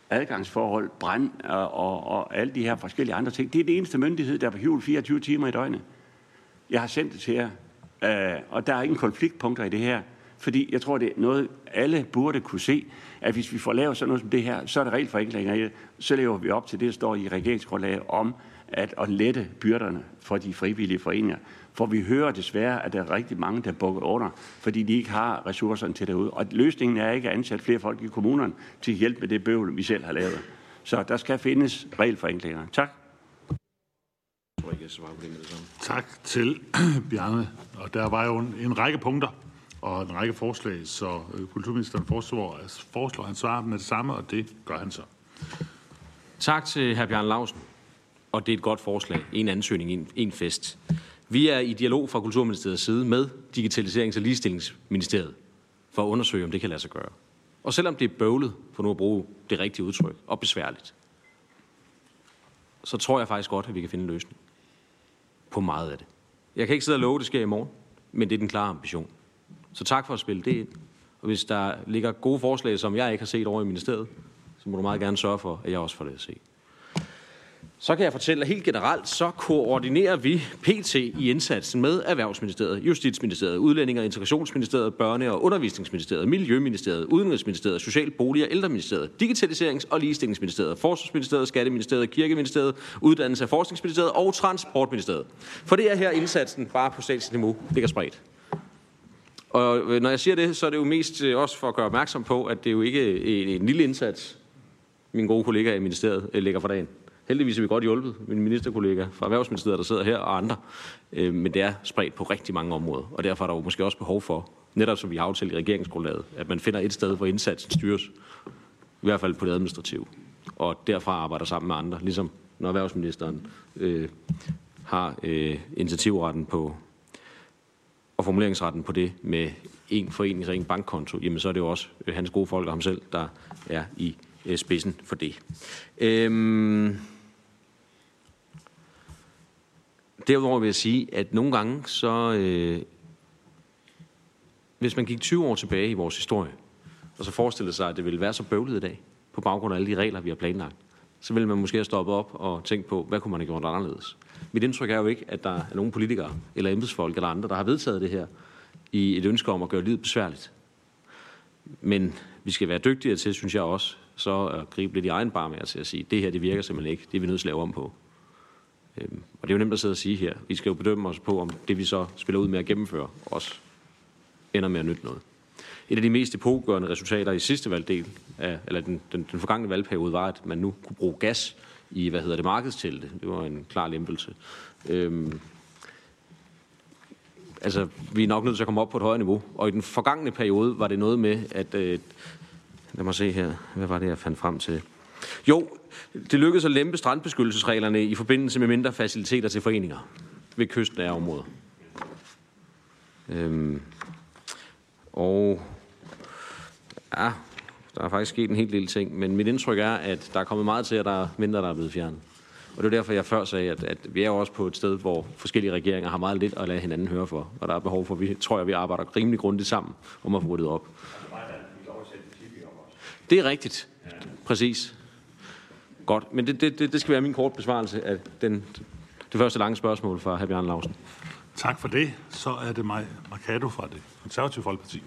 adgangsforhold, brand og, og, og alle de her forskellige andre ting. Det er det eneste myndighed, der er på hjul fireogtyve timer i døgnet. Jeg har sendt det til jer, øh, og der er ingen konfliktpunkter i det her, fordi jeg tror, det er noget, alle burde kunne se, at hvis vi får lavet sådan noget som det her, så er det reelt forenklinger. Så lever vi op til det, der står i regeringsgrundlaget om at, at lette byrderne for de frivillige foreninger. For vi hører desværre, at der er rigtig mange, der bukker under, fordi de ikke har ressourcerne til derude. Og løsningen er ikke at ansætte flere folk i kommunerne til hjælp med det bøvl, vi selv har lavet. Så der skal findes regelforenklinger. Tak. Tak til Bjarne. Og der var jo en, en række punkter og en række forslag, så kulturministeren foreslår, foreslår han svarer med det samme, og det gør han så. Tak til hr. Bjarne Laustsen. Og det er et godt forslag. En ansøgning, en, en fest. Vi er i dialog fra Kulturministeriets side med Digitaliserings- og Ligestillingsministeriet for at undersøge, om det kan lade sig gøre. Og selvom det er bøvlet, for nu at bruge det rigtige udtryk, og besværligt, så tror jeg faktisk godt, at vi kan finde en løsning på meget af det. Jeg kan ikke sidde og love, at det sker i morgen, men det er den klare ambition. Så tak for at spille det ind. Og hvis der ligger gode forslag, som jeg ikke har set over i ministeriet, så må du meget gerne sørge for, at jeg også får det at se. Så kan jeg fortælle, at helt generelt så koordinerer vi P T i indsatsen med Erhvervsministeriet, Justitsministeriet, Udlændinge- og Integrationsministeriet, Børne- og Undervisningsministeriet, Miljøministeriet, Udenrigsministeriet, Social-, Bolig- og Ældreministeriet, Digitaliserings- og Ligestillingsministeriet, Forsvarsministeriet, Skatteministeriet, Kirkeministeriet, Uddannelses- og Forskningsministeriet og Transportministeriet. For det er her indsatsen bare på statsligt niveau ligger spredt. Og når jeg siger det, så er det jo mest også for at gøre opmærksom på, at det jo ikke er en lille indsats, mine gode kollegaer i ministeriet lægger for dagen. Heldigvis er vi godt hjulpet, min ministerkollega fra Erhvervsministeriet, der sidder her, og andre. Men det er spredt på rigtig mange områder, og derfor er der jo måske også behov for, netop som vi har aftalt i regeringsgrundlaget, at man finder et sted, hvor indsatsen styres, i hvert fald på det administrative, og derfra arbejder sammen med andre, ligesom når erhvervsministeren øh, har øh, initiativretten på og formuleringsretten på det med en forening og en bankkonto, jamen så er det jo også hans gode folk og ham selv, der er i øh, spidsen for det. Øhm Derudover vil jeg sige, at nogle gange, så øh, hvis man gik tyve år tilbage i vores historie, og så forestillede sig, at det ville være så bøvlet i dag, på baggrund af alle de regler, vi har planlagt, så ville man måske have stoppet op og tænkt på, hvad kunne man have gjort anderledes. Mit indtryk er jo ikke, at der er nogen politikere, eller embedsfolk, eller andre, der har vedtaget det her, i et ønske om at gøre livet besværligt. Men vi skal være dygtigere til, synes jeg også, så at gribe lidt i egen barm med til at sige, det her, det virker simpelthen ikke, det er vi nødt til at lave om på. Og det er jo nemt at sidde og sige her. Vi skal jo bedømme os på, om det vi så spiller ud med at gennemføre, også ender med at nytte noget. Et af de mest epokegørende resultater i sidste valgdel, af, eller den, den, den forgangne valgperiode, var, at man nu kunne bruge gas i, hvad hedder det, markedstelte. Det var en klar lempelse. Øhm, altså, vi er nok nødt til at komme op på et højere niveau. Og i den forgangne periode var det noget med, at... Øh, lad mig se her. Hvad var det, jeg fandt frem til? Jo, det lykkedes at lempe strandbeskyttelsesreglerne i forbindelse med mindre faciliteter til foreninger ved kystnære områder. Øhm, og ja, der er faktisk sket en hel del ting, men mit indtryk er, at der er kommet meget til, at der er mindre, der er blevet fjernet. Og det er derfor, jeg før sagde, at, at vi er jo også på et sted, hvor forskellige regeringer har meget lidt at lade hinanden høre for. Og der er behov for, vi tror jeg, vi arbejder rimelig grundigt sammen om at få ryddet op. Det er rigtigt. Præcis. Godt, men det, det, det skal være min kort besvarelse af den, det første lange spørgsmål fra hr. Bjarne Laustsen. Tak for det. Så er det mig, Mercado fra det Konservative Folkeparti.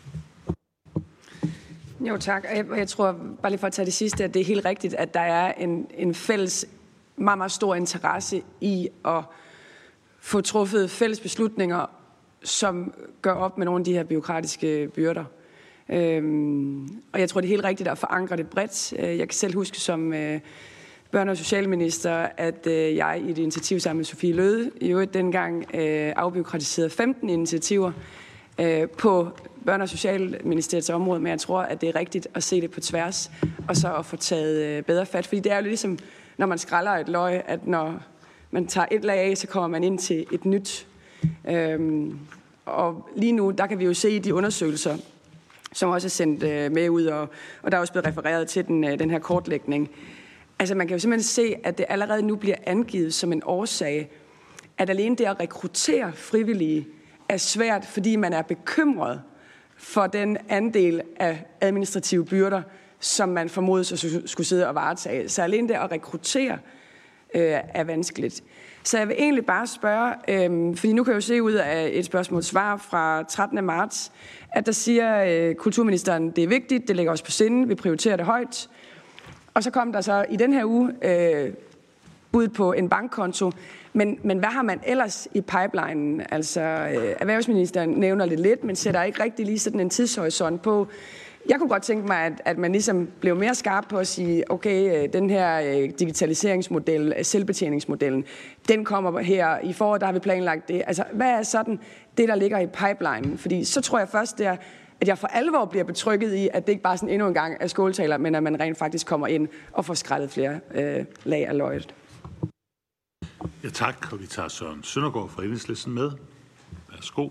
Jo, tak. Jeg, jeg tror, bare lige for at tage det sidste, at det er helt rigtigt, at der er en, en fælles, meget, meget stor interesse i at få truffet fælles beslutninger, som gør op med nogle af de her bureaukratiske byrder. Øhm, og jeg tror, det er helt rigtigt at forankre det bredt. Jeg kan selv huske som øh, børne- og socialminister, at øh, jeg i et initiativ sammen med Sofie Løhde i øvrigt dengang øh, afbureaukratiserede femten initiativer øh, på børne- og socialministeriets område, men jeg tror, at det er rigtigt at se det på tværs, og så at få taget øh, bedre fat. Fordi det er jo ligesom, når man skræller et løg, at når man tager et lag af, så kommer man ind til et nyt. Øhm, og lige nu, der kan vi jo se i de undersøgelser, som også er sendt øh, med ud, og, og der er også blevet refereret til den, øh, den her kortlægning. Altså man kan jo simpelthen se, at det allerede nu bliver angivet som en årsag, at alene det at rekruttere frivillige er svært, fordi man er bekymret for den andel af administrative byrder, som man formodes at skulle sidde og varetage. Så alene det at rekruttere øh, er vanskeligt. Så jeg vil egentlig bare spørge, øh, fordi nu kan jeg jo se ud af et spørgsmål-svar fra trettende marts, at der siger øh, kulturministeren, det er vigtigt, det ligger os på sinde, vi prioriterer det højt. Og så kom der så i den her uge øh, bud på en bankkonto. Men, men hvad har man ellers i pipelinen? Altså, øh, erhvervsministeren nævner lidt lidt, men sætter ikke rigtig lige sådan en tidshorisont på. Jeg kunne godt tænke mig, at, at man ligesom blev mere skarp på at sige, okay, den her øh, digitaliseringsmodel, selvbetjeningsmodellen, den kommer her i foråret, der har vi planlagt det. Altså, hvad er sådan det, der ligger i pipelinen? Fordi så tror jeg først, det er, at jeg for alvor bliver betrykket i, at det ikke bare sådan endnu en gang er skåltaler, men at man rent faktisk kommer ind og får skrællet flere øh, lag af løget. Ja, tak. Og vi tager Søren Søndergaard fra Enhedslisten med. Værsgo.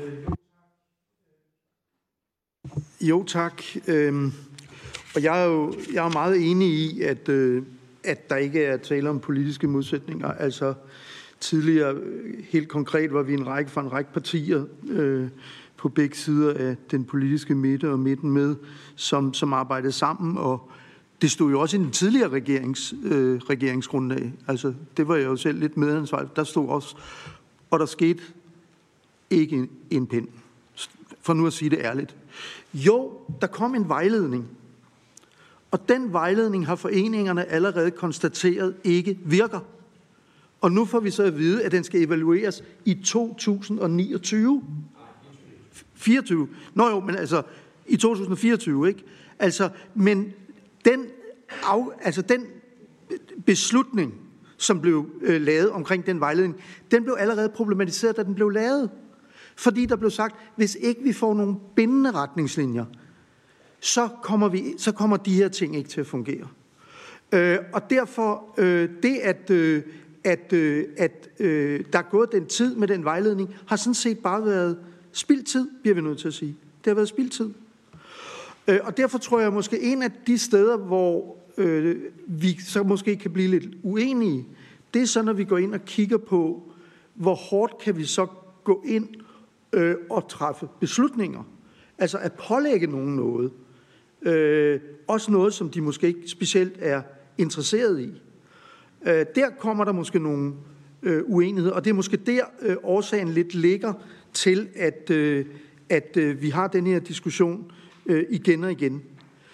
Jo, tak. Øhm, og jeg er jo jeg er meget enig i, at, øh, at der ikke er tale om politiske modsætninger. Altså tidligere, helt konkret, var vi en række fra en række partier øh, på begge sider af den politiske midte og midten med, som, som arbejdede sammen, og det stod jo også i den tidligere regerings, øh, regeringsgrundlag. Altså, det var jeg jo selv lidt medansvarlig. Der stod også, og der skete ikke en, en pind. For nu at sige det ærligt. Jo, der kom en vejledning. Og den vejledning har foreningerne allerede konstateret ikke virker. Og nu får vi så at vide, at den skal evalueres i to tusind og niogtyve. fireogtyve. Nå jo, men altså i to tusind og fireogtyve, ikke? Altså, men den, af, altså den beslutning, som blev øh, lavet omkring den vejledning, den blev allerede problematiseret, da den blev lavet. Fordi der blev sagt, hvis ikke vi får nogle bindende retningslinjer, så kommer, vi, så kommer de her ting ikke til at fungere. Øh, og derfor øh, det, at, øh, at, øh, at øh, der er gået den tid med den vejledning, har sådan set bare været spildt tid, bliver vi nødt til at sige. Det har været spildt tid. Øh, og derfor tror jeg måske en af de steder, hvor øh, vi så måske kan blive lidt uenige, det er så, når vi går ind og kigger på, hvor hårdt kan vi så gå ind øh, og træffe beslutninger. Altså at pålægge nogen noget. Øh, også noget, som de måske ikke specielt er interesseret i. Øh, der kommer der måske nogle øh, uenigheder, og det er måske der øh, årsagen lidt ligger til, at, øh, at øh, vi har den her diskussion øh, igen og igen.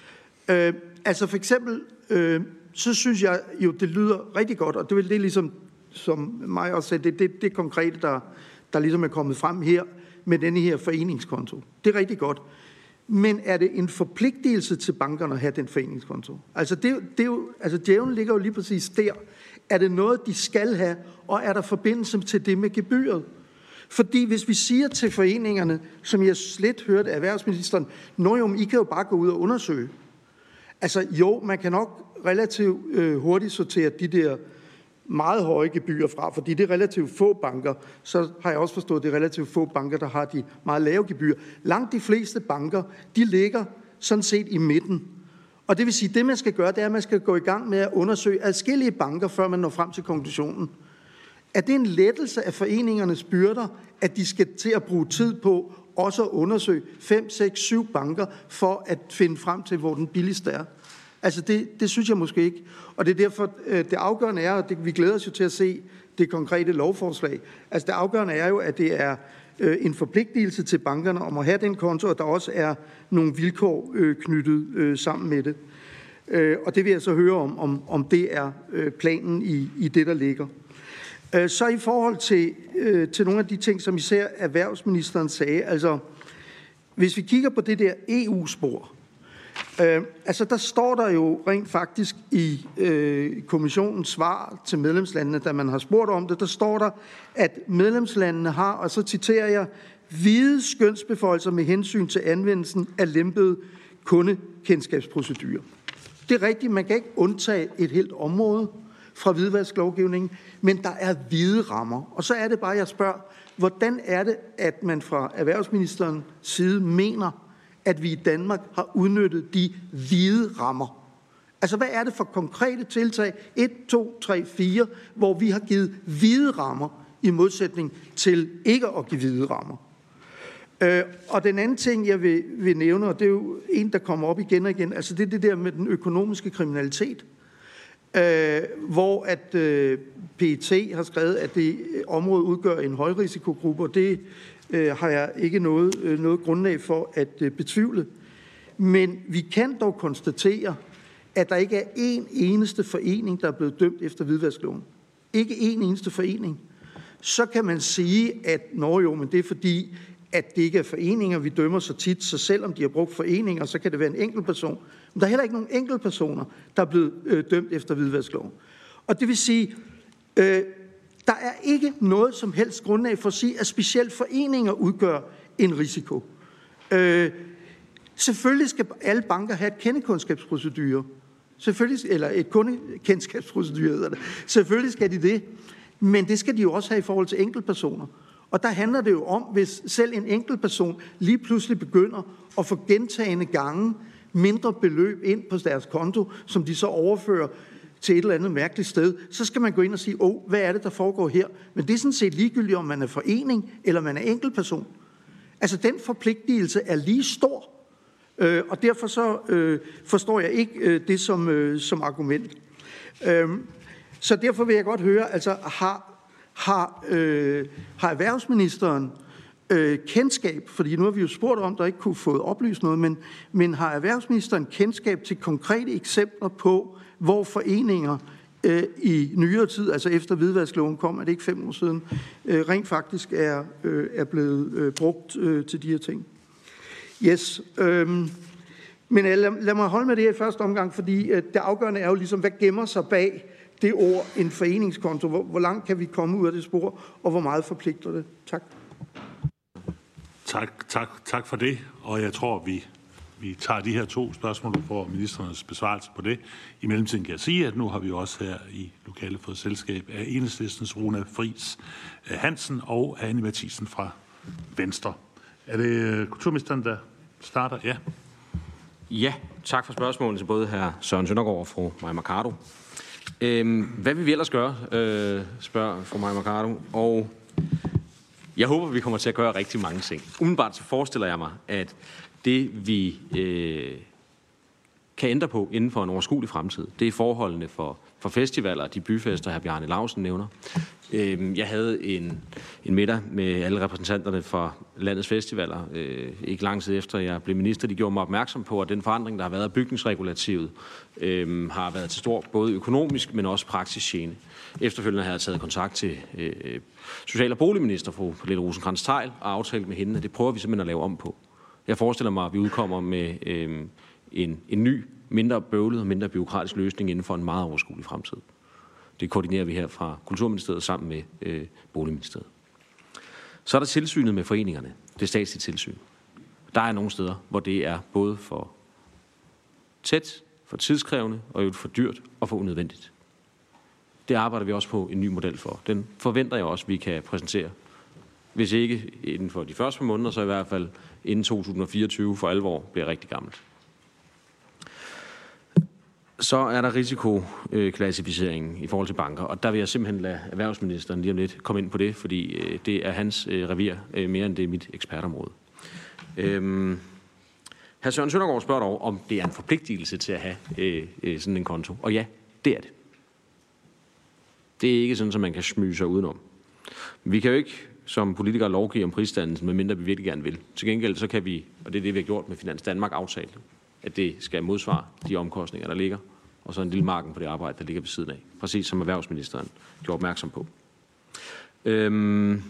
Øh, altså for eksempel, øh, så synes jeg jo, det lyder rigtig godt, og det er det ligesom, som mig også sagde, det, det, det konkrete, der, der ligesom er kommet frem her med denne her foreningskonto. Det er rigtig godt. Men er det en forpligtelse til bankerne at have den foreningskonto? Altså, det, det er jo, altså djævlen ligger jo lige præcis der. Er det noget, de skal have, og er der forbindelse til det med gebyret? Fordi hvis vi siger til foreningerne, som jeg slet hørte af erhvervsministeren, nå jo, I kan jo bare gå ud og undersøge. Altså jo, man kan nok relativt øh, hurtigt sortere de der meget høje gebyrer fra, fordi det er relativt få banker, så har jeg også forstået, at det er relativt få banker, der har de meget lave gebyrer. Langt de fleste banker, de ligger sådan set i midten. Og det vil sige, at det man skal gøre, det er, at man skal gå i gang med at undersøge adskillige banker, før man når frem til konklusionen. Er det en lettelse af foreningernes byrder, at de skal til at bruge tid på også at undersøge fem, seks, syv banker, for at finde frem til, hvor den billigste er? Altså det, det synes jeg måske ikke. Og det er derfor, det afgørende er, og det, vi glæder os jo til at se det konkrete lovforslag. Altså det afgørende er jo, at det er øh, en forpligtelse til bankerne om at have den konto, og der også er nogle vilkår øh, knyttet øh, sammen med det. Øh, og det vil jeg så høre om, om, om det er øh, planen i, i det, der ligger. Øh, så i forhold til, øh, til nogle af de ting, som især erhvervsministeren sagde, altså hvis vi kigger på det der E U-spor, Øh, altså der står der jo rent faktisk i øh, kommissionens svar til medlemslandene, da man har spurgt om det, der står der, at medlemslandene har, og så citerer jeg, vide skønsbeføjelser med hensyn til anvendelsen af lempede kundekendskabsprocedurer. Det er rigtigt, man kan ikke undtage et helt område fra hvidvasklovgivningen, men der er hvide rammer. Og så er det bare, jeg spørger, hvordan er det, at man fra erhvervsministerens side mener, at vi i Danmark har udnyttet de hvide rammer? Altså, hvad er det for konkrete tiltag, et, to, tre, fire, hvor vi har givet hvide rammer i modsætning til ikke at give hvide rammer? Øh, og den anden ting, jeg vil, vil nævne, og det er jo en, der kommer op igen og igen, altså det er det der med den økonomiske kriminalitet, øh, hvor at øh, P E T har skrevet, at det område udgør en højrisikogruppe, og det øh, har jeg ikke noget, øh, noget grundlag for at øh, betvivle. Men vi kan dog konstatere, at der ikke er én eneste forening, der er blevet dømt efter hvidvaskloven. Ikke én eneste forening. Så kan man sige, at nå jo, men det er fordi, at det ikke er foreninger, vi dømmer så tit, så selvom de har brugt foreninger, så kan det være en enkelt person. Men der er heller ikke nogen enkelte personer, der er blevet øh, dømt efter hvidvaskloven. Og det vil sige, øh, der er ikke noget som helst grundlag for at sige, at specielt foreninger udgør en risiko. Øh, selvfølgelig skal alle banker have et kendekundskabsprocedure. Selvfølgelig, eller et kundekendskabsprocedure hedder det. Selvfølgelig skal de det. Men det skal de jo også have i forhold til enkeltpersoner. Og der handler det jo om, hvis selv en enkeltperson lige pludselig begynder at få gentagende gange mindre beløb ind på deres konto, som de så overfører til et eller andet mærkeligt sted, så skal man gå ind og sige, åh, hvad er det, der foregår her? Men det er sådan set ligegyldigt, om man er forening eller man er enkeltperson. Altså, den forpligtelse er lige stor, øh, og derfor så øh, forstår jeg ikke øh, det som, øh, som argument. Øh, så derfor vil jeg godt høre, altså, har, har, øh, har erhvervsministeren øh, kendskab, fordi nu har vi jo spurgt om, der ikke kunne få oplyst noget, men, men har erhvervsministeren kendskab til konkrete eksempler på, hvor foreninger øh, i nyere tid, altså efter hvidvaskloven kom, er det ikke fem år siden, øh, rent faktisk er, øh, er blevet øh, brugt øh, til de her ting. Yes. Øh, men øh, lad, lad mig holde med det her i første omgang, fordi øh, det afgørende er jo ligesom, hvad gemmer sig bag det ord, en foreningskonto. Hvor, hvor langt kan vi komme ud af det spor, og hvor meget forpligter det? Tak. Tak, tak, tak for det, og jeg tror, vi Vi tager de her to spørgsmål og får ministerens besvarelse på det. I mellemtiden kan jeg sige, at nu har vi også her i lokalet fået selskab af Enhedslistens Runa Friis Hansen og Anne Matthiesen fra Venstre. Er det kulturministeren, der starter? Ja. Ja, tak for spørgsmålet til både hr. Søren Søndergaard og fru Mai Mercado. Øhm, hvad vil vi ellers gøre, øh, spørger fru Mai Mercado. Og jeg håber, vi kommer til at gøre rigtig mange ting. Umiddelbart så forestiller jeg mig, at det, vi øh, kan ændre på inden for en overskuelig fremtid, det er forholdene for, for festivaler, de byfester, hr. Bjarne Laustsen nævner. Øh, jeg havde en, en middag med alle repræsentanterne for landets festivaler, øh, ikke lang tid efter jeg blev minister. De gjorde mig opmærksom på, at den forandring, der har været af bygningsregulativet, øh, har været til stor både økonomisk, men også praktisk gene. Efterfølgende har jeg taget kontakt til øh, social- og boligminister fru Pernille Rosenkrantz-Theil og aftalt med hende, at det prøver vi simpelthen at lave om på. Jeg forestiller mig, at vi udkommer med øh, en, en ny, mindre bøvlet og mindre bureaukratisk løsning inden for en meget overskuelig fremtid. Det koordinerer vi her fra Kulturministeriet sammen med øh, Boligministeriet. Så er der tilsynet med foreningerne. Det statslige tilsyn. Der er nogle steder, hvor det er både for tæt, for tidskrævende og for dyrt og for unødvendigt. Det arbejder vi også på en ny model for. Den forventer jeg også, at vi kan præsentere. Hvis ikke inden for de første måneder, så i hvert fald inden to tusind og fireogtyve for alvor bliver rigtig gammelt. Så er der risikoklassificeringen i forhold til banker, og der vil jeg simpelthen lade erhvervsministeren lige om lidt komme ind på det, fordi det er hans revir mere end det er mit ekspertområde. Øhm, hr. Søren Søndergaard spørger dog, om det er en forpligtelse til at have øh, sådan en konto. Og ja, det er det. Det er ikke sådan, at man kan smyge sig udenom. Vi kan jo ikke som politikere lovgive om prisdannelsen, medmindre vi virkelig gerne vil. Til gengæld så kan vi, og det er det, vi har gjort med Finans Danmark aftale, at det skal modsvare de omkostninger, der ligger, og så en lille marken på det arbejde, der ligger ved siden af. Præcis som erhvervsministeren gjorde opmærksom på. Øhm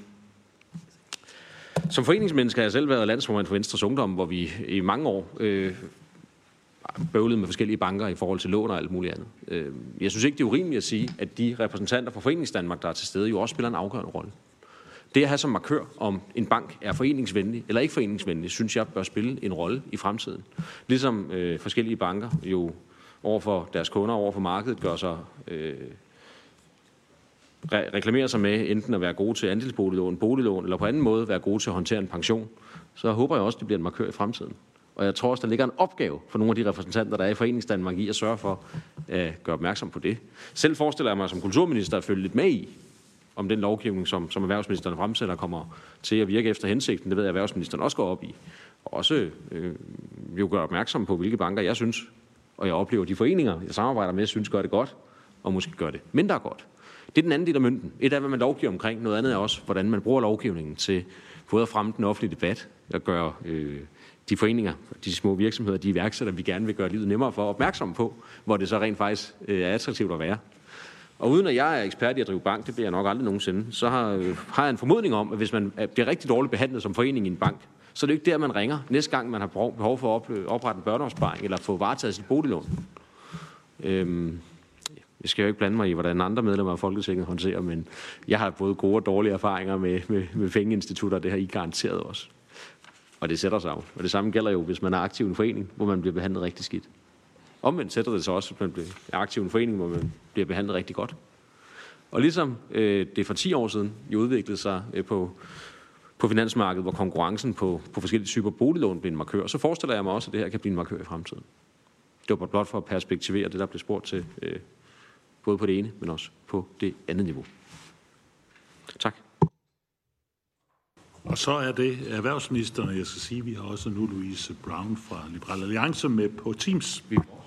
Som foreningsmenneske har jeg selv været landsformand for Venstres Ungdom, hvor vi i mange år øh, bøvlede med forskellige banker i forhold til lån og alt muligt andet. Øh, jeg synes ikke, det er urimeligt at sige, at de repræsentanter fra Foreningsdanmark, der er til stede, jo også spiller en afgørende rolle. Det at have som markør, om en bank er foreningsvenlig eller ikke foreningsvenlig, synes jeg bør spille en rolle i fremtiden. Ligesom øh, forskellige banker jo overfor deres kunder, overfor markedet, gør sig... Øh, reklamerer sig med enten at være gode til andelsboliglån, boliglån, eller på anden måde være gode til at håndtere en pension, så håber jeg også, at det bliver en markør i fremtiden. Og jeg tror også, der ligger en opgave for nogle af de repræsentanter, der er i Foreningsdanmark i at sørge for at gøre opmærksom på det. Selv forestiller jeg mig som kulturminister at følge lidt med i, om den lovgivning, som, som erhvervsministeren fremsætter, kommer til at virke efter hensigten. Det ved jeg, erhvervsministeren også går op i. Og også øh, jo gør opmærksom på, hvilke banker jeg synes, og jeg oplever, de foreninger, jeg samarbejder med, synes gør det godt, og måske gør det mindre godt. Det er den anden del af mønten. Et af, hvad man lovgiver omkring. Noget andet er også, hvordan man bruger lovgivningen til både at fremme den offentlige debat og gøre øh, de foreninger, de små virksomheder, de iværksætter, vi gerne vil gøre livet nemmere for, opmærksom på, hvor det så rent faktisk øh, er attraktivt at være. Og uden at jeg er ekspert i at drive bank, det bliver jeg nok aldrig nogensinde, så har, øh, har jeg en formodning om, at hvis man bliver rigtig dårligt behandlet som forening i en bank, så er det ikke der, man ringer næste gang, man har behov for at oprette en børneopsparing eller få varetaget sit boliglån. Øhm, jeg skal jo ikke blande mig i, hvordan andre medlemmer af Folketinget håndterer, men jeg har både gode og dårlige erfaringer med, med, med pengeinstitutter, det har I garanteret også. Og det sætter sig af. Og det samme gælder jo, hvis man er aktiv i en forening, hvor man bliver behandlet rigtig skidt. Omvendt sætter det sig også, hvis man er aktiv i en forening, hvor man bliver behandlet rigtig godt. Og ligesom øh, det for ti år siden jo udviklede sig øh, på, på finansmarkedet, hvor konkurrencen på, på forskellige typer boliglån blev en markør, så forestiller jeg mig også, at det her kan blive en markør i fremtiden. Det var blot for at perspektivere det, der blev spurgt til, øh, både på det ene, men også på det andet niveau. Tak. Og så er det erhvervsministeren, og jeg skal sige, at vi har også nu Louise Brown fra Liberal Alliance med på Teams.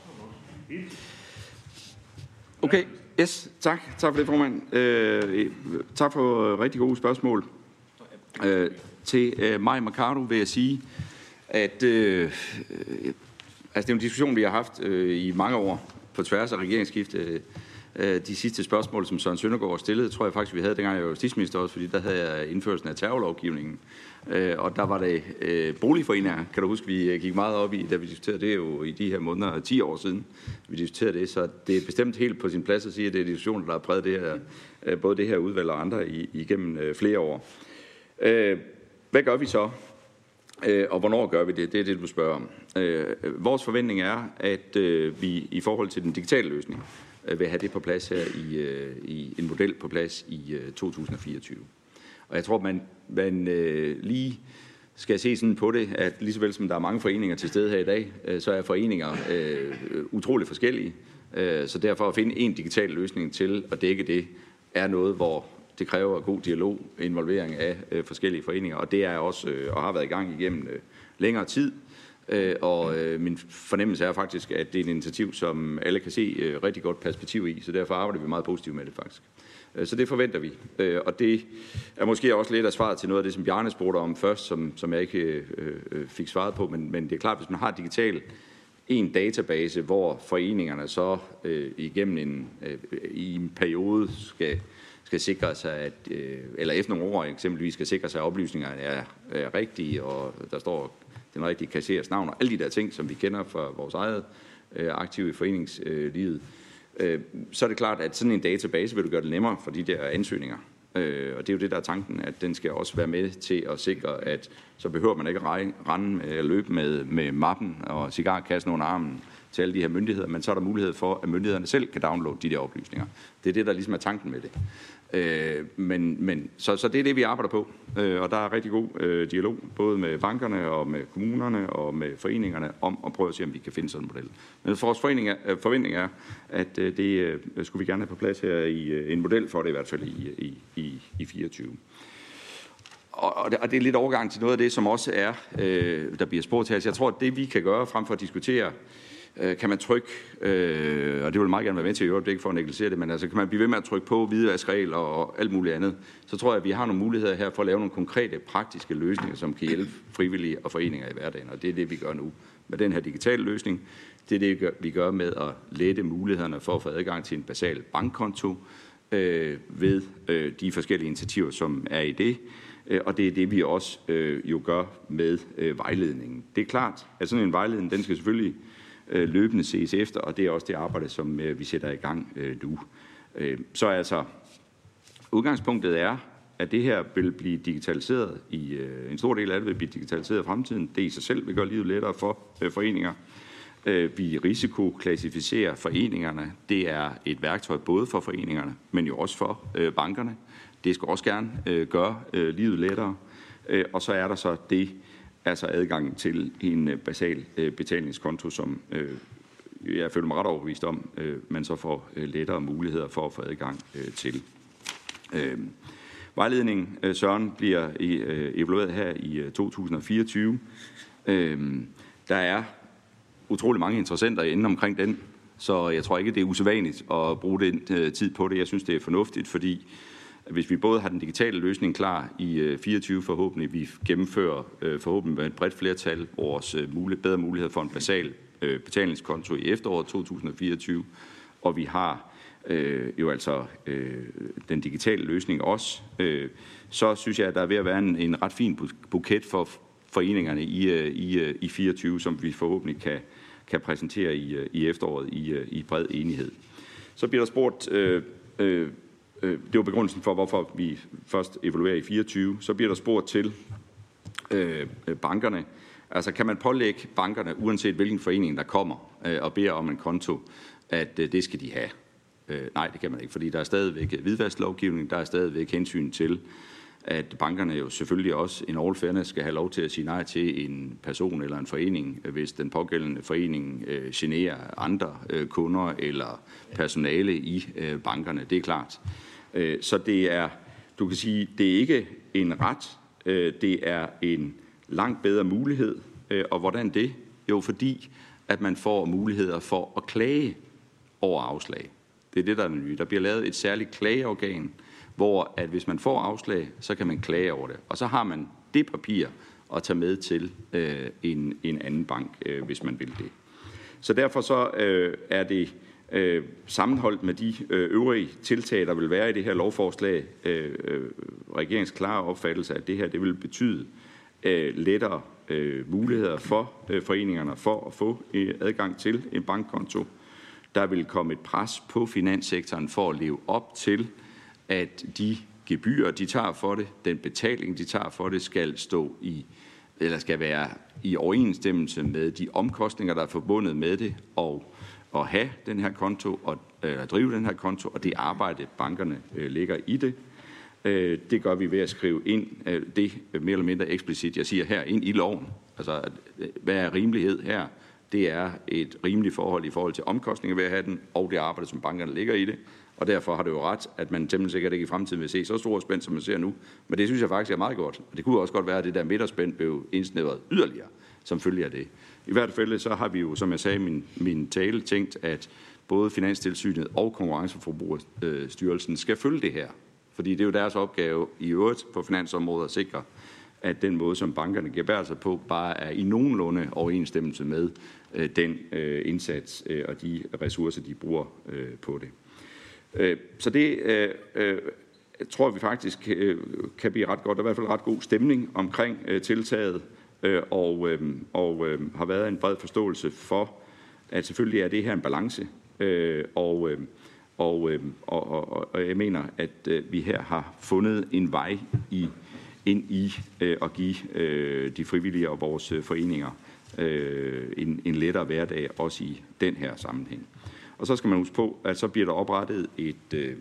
Okay, yes, tak. Tak for det, formand. Øh, tak for rigtig gode spørgsmål. Øh, til øh, Mai Mercado vil jeg sige, at øh, øh, altså, det er en diskussion, vi har haft øh, i mange år på tværs af regeringsskiftet. De sidste spørgsmål, som Søren Søndergaard stillede, tror jeg faktisk, vi havde, dengang jeg var justitsminister også, fordi der havde jeg indførelsen af terrorlovgivningen. Og der var det øh, boligforeninger, kan du huske, vi gik meget op i, da vi diskuterede det jo i de her måneder, ti år siden, vi diskuterede det. Så det er bestemt helt på sin plads at sige, at det er diskussioner, der har præget det her, både det her udvalg og andre igennem flere år. Hvad gør vi så? Og hvornår gør vi det? Det er det, du spørger om. Vores forventning er, at vi i forhold til den digitale løsning, vil have det på plads her i, i en model på plads i to tusind og fireogtyve. Og jeg tror, man, man øh, lige skal se sådan på det, at lige så vel som der er mange foreninger til stede her i dag, øh, så er foreninger øh, utrolig forskellige. Øh, så derfor at finde en digital løsning til at dække det, er noget, hvor det kræver god dialog, involvering af øh, forskellige foreninger. Og det er også øh, og har været i gang igennem øh, længere tid. Og øh, min fornemmelse er faktisk, at det er et initiativ, som alle kan se øh, rigtig godt perspektiv i, så derfor arbejder vi meget positivt med det faktisk. Øh, så det forventer vi, øh, og det er måske også lidt af svaret til noget af det, som Bjarne spurgte om først, som, som jeg ikke øh, øh, fik svaret på, men, men det er klart, hvis man har digital en database, hvor foreningerne så øh, igennem en, øh, i en periode skal, skal sikre sig, at, øh, eller efter nogle år eksempelvis skal sikre sig, at oplysningerne er, er rigtige, og der står den rigtige kasserers navn og alle de der ting, som vi kender fra vores eget øh, aktive i foreningslivet, øh, så er det klart, at sådan en database vil du gøre det nemmere for de der ansøgninger. Øh, og det er jo det, der er tanken, at den skal også være med til at sikre, at så behøver man ikke at rende med, eller løbe med, med mappen og cigarkassen under armen til alle de her myndigheder, men så er der mulighed for, at myndighederne selv kan downloade de der oplysninger. Det er det, der ligesom er tanken med det. Øh, men, men, så, så det er det, vi arbejder på, øh, og der er rigtig god øh, dialog, både med bankerne og med kommunerne og med foreningerne, om at prøve at se, om vi kan finde sådan en model. Men vores forening er, øh, forventning er, at øh, det øh, skulle vi gerne have på plads her i øh, en model for det i hvert fald i, i, i, i fireogtyve. Og, og, det, og det er lidt overgang til noget af det, som også er, øh, der bliver spurgt til. Altså, jeg tror, at det vi kan gøre, frem for at diskutere, kan man trykke, øh, og det vil meget gerne være med til i øvrigt, for at negligere det, men altså kan man blive ved med at trykke på hvidvaskregler og alt muligt andet, så tror jeg, at vi har nogle muligheder her for at lave nogle konkrete, praktiske løsninger, som kan hjælpe frivillige og foreninger i hverdagen, og det er det, vi gør nu med den her digitale løsning. Det er det, vi gør med at lette mulighederne for at få adgang til en basal bankkonto øh, ved øh, de forskellige initiativer, som er i det, og det er det, vi også øh, jo gør med øh, vejledningen. Det er klart, at sådan en vejledning, den skal selvfølgelig løbende ses efter, og det er også det arbejde, som vi sætter i gang nu. Så altså, udgangspunktet er, at det her vil blive digitaliseret i, en stor del af det vil blive digitaliseret i fremtiden. Det i sig selv vil gøre livet lettere for foreninger. Vi risikoklassificerer foreningerne. Det er et værktøj både for foreningerne, men jo også for bankerne. Det skal også gerne gøre livet lettere. Og så er der så det, altså adgangen til en basal øh, betalingskonto, som øh, jeg føler mig ret overbevist om, øh, man så får øh, lettere muligheder for at få adgang øh, til. Øh, vejledningen, øh, Søren, bliver i, øh, evalueret her i øh, to tusind og fireogtyve. Øh, der er utrolig mange interessenter inde omkring den, så jeg tror ikke, det er usædvanligt at bruge den øh, tid på det. Jeg synes, det er fornuftigt, fordi hvis vi både har den digitale løsning klar i øh, fireogtyve forhåbentlig, vi gennemfører øh, forhåbentlig med et bredt flertal vores øh, mulighed, bedre mulighed for en basal øh, betalingskonto i efteråret to tusind og fireogtyve, og vi har øh, jo altså øh, den digitale løsning også, øh, så synes jeg, at der er ved at være en, en ret fin buket for foreningerne i, i, i fireogtyve, som vi forhåbentlig kan, kan præsentere i, i efteråret i, i bred enighed. Så bliver der spurgt, øh, øh, det var begrundelsen for, hvorfor vi først evaluerer i fireogtyve, så bliver der spurgt til øh, bankerne. Altså kan man pålægge bankerne, uanset hvilken forening der kommer øh, og beder om en konto, at øh, det skal de have? Øh, nej, det kan man ikke, fordi der er stadigvæk hvidvasklovgivning, der er stadigvæk hensyn til, at bankerne jo selvfølgelig også in all fairness skal have lov til at sige nej til en person eller en forening, hvis den pågældende forening øh, generer andre øh, kunder eller personale i øh, bankerne. Det er klart. Øh, så det er, du kan sige, det er ikke en ret, øh, det er en langt bedre mulighed. Øh, og hvordan det? Jo, fordi at man får muligheder for at klage over afslag. Det er det, der er nye. Der bliver lavet et særligt klageorgan, hvor at hvis man får afslag, så kan man klage over det. Og så har man det papir at tage med til øh, en, en anden bank, øh, hvis man vil det. Så derfor så øh, er det øh, sammenholdt med de øh, øvrige tiltag, der vil være i det her lovforslag, øh, øh, regeringens klare opfattelse, at det her det vil betyde øh, lettere øh, muligheder for øh, foreningerne for at få øh, adgang til en bankkonto. Der vil komme et pres på finanssektoren for at leve op til, at de gebyrer, de tager for det, den betaling, de tager for det, skal stå i, eller skal være i overensstemmelse med de omkostninger, der er forbundet med det, og at have den her konto, og øh, at drive den her konto, og det arbejde, bankerne øh, lægger i det. Øh, det gør vi ved at skrive ind, øh, det mere eller mindre eksplicit, jeg siger her, ind i loven. Altså, hvad er rimelighed her? Det er et rimeligt forhold i forhold til omkostninger ved at have den, og det arbejde, som bankerne lægger i det. Og derfor har det jo ret, at man temmelig sikkert ikke i fremtiden vil se så stor spænd, som man ser nu. Men det synes jeg faktisk er meget godt. Og det kunne også godt være, at det der midterspænd blev indsnævret yderligere, som følge af det. I hvert fald så har vi jo, som jeg sagde i min, min tale, tænkt, at både Finanstilsynet og Konkurrence- og Forbrugerstyrelsen skal følge det her. Fordi det er jo deres opgave i øvrigt på finansområdet at sikre, at den måde, som bankerne gebærer sig på, bare er i nogenlunde overensstemmelse med øh, den øh, indsats øh, og de ressourcer, de bruger øh, på det. Så det øh, øh, tror vi faktisk øh, kan blive ret godt. Der er i hvert fald ret god stemning omkring øh, tiltaget, øh, og, øh, og øh, har været en bred forståelse for, at selvfølgelig er det her en balance. Øh, og, øh, og, øh, og, og, og jeg mener, at øh, vi her har fundet en vej i, ind i øh, at give øh, de frivillige og vores øh, foreninger øh, en, en lettere hverdag, også i den her sammenhæng. Og så skal man huske på, at så bliver der oprettet et, øh,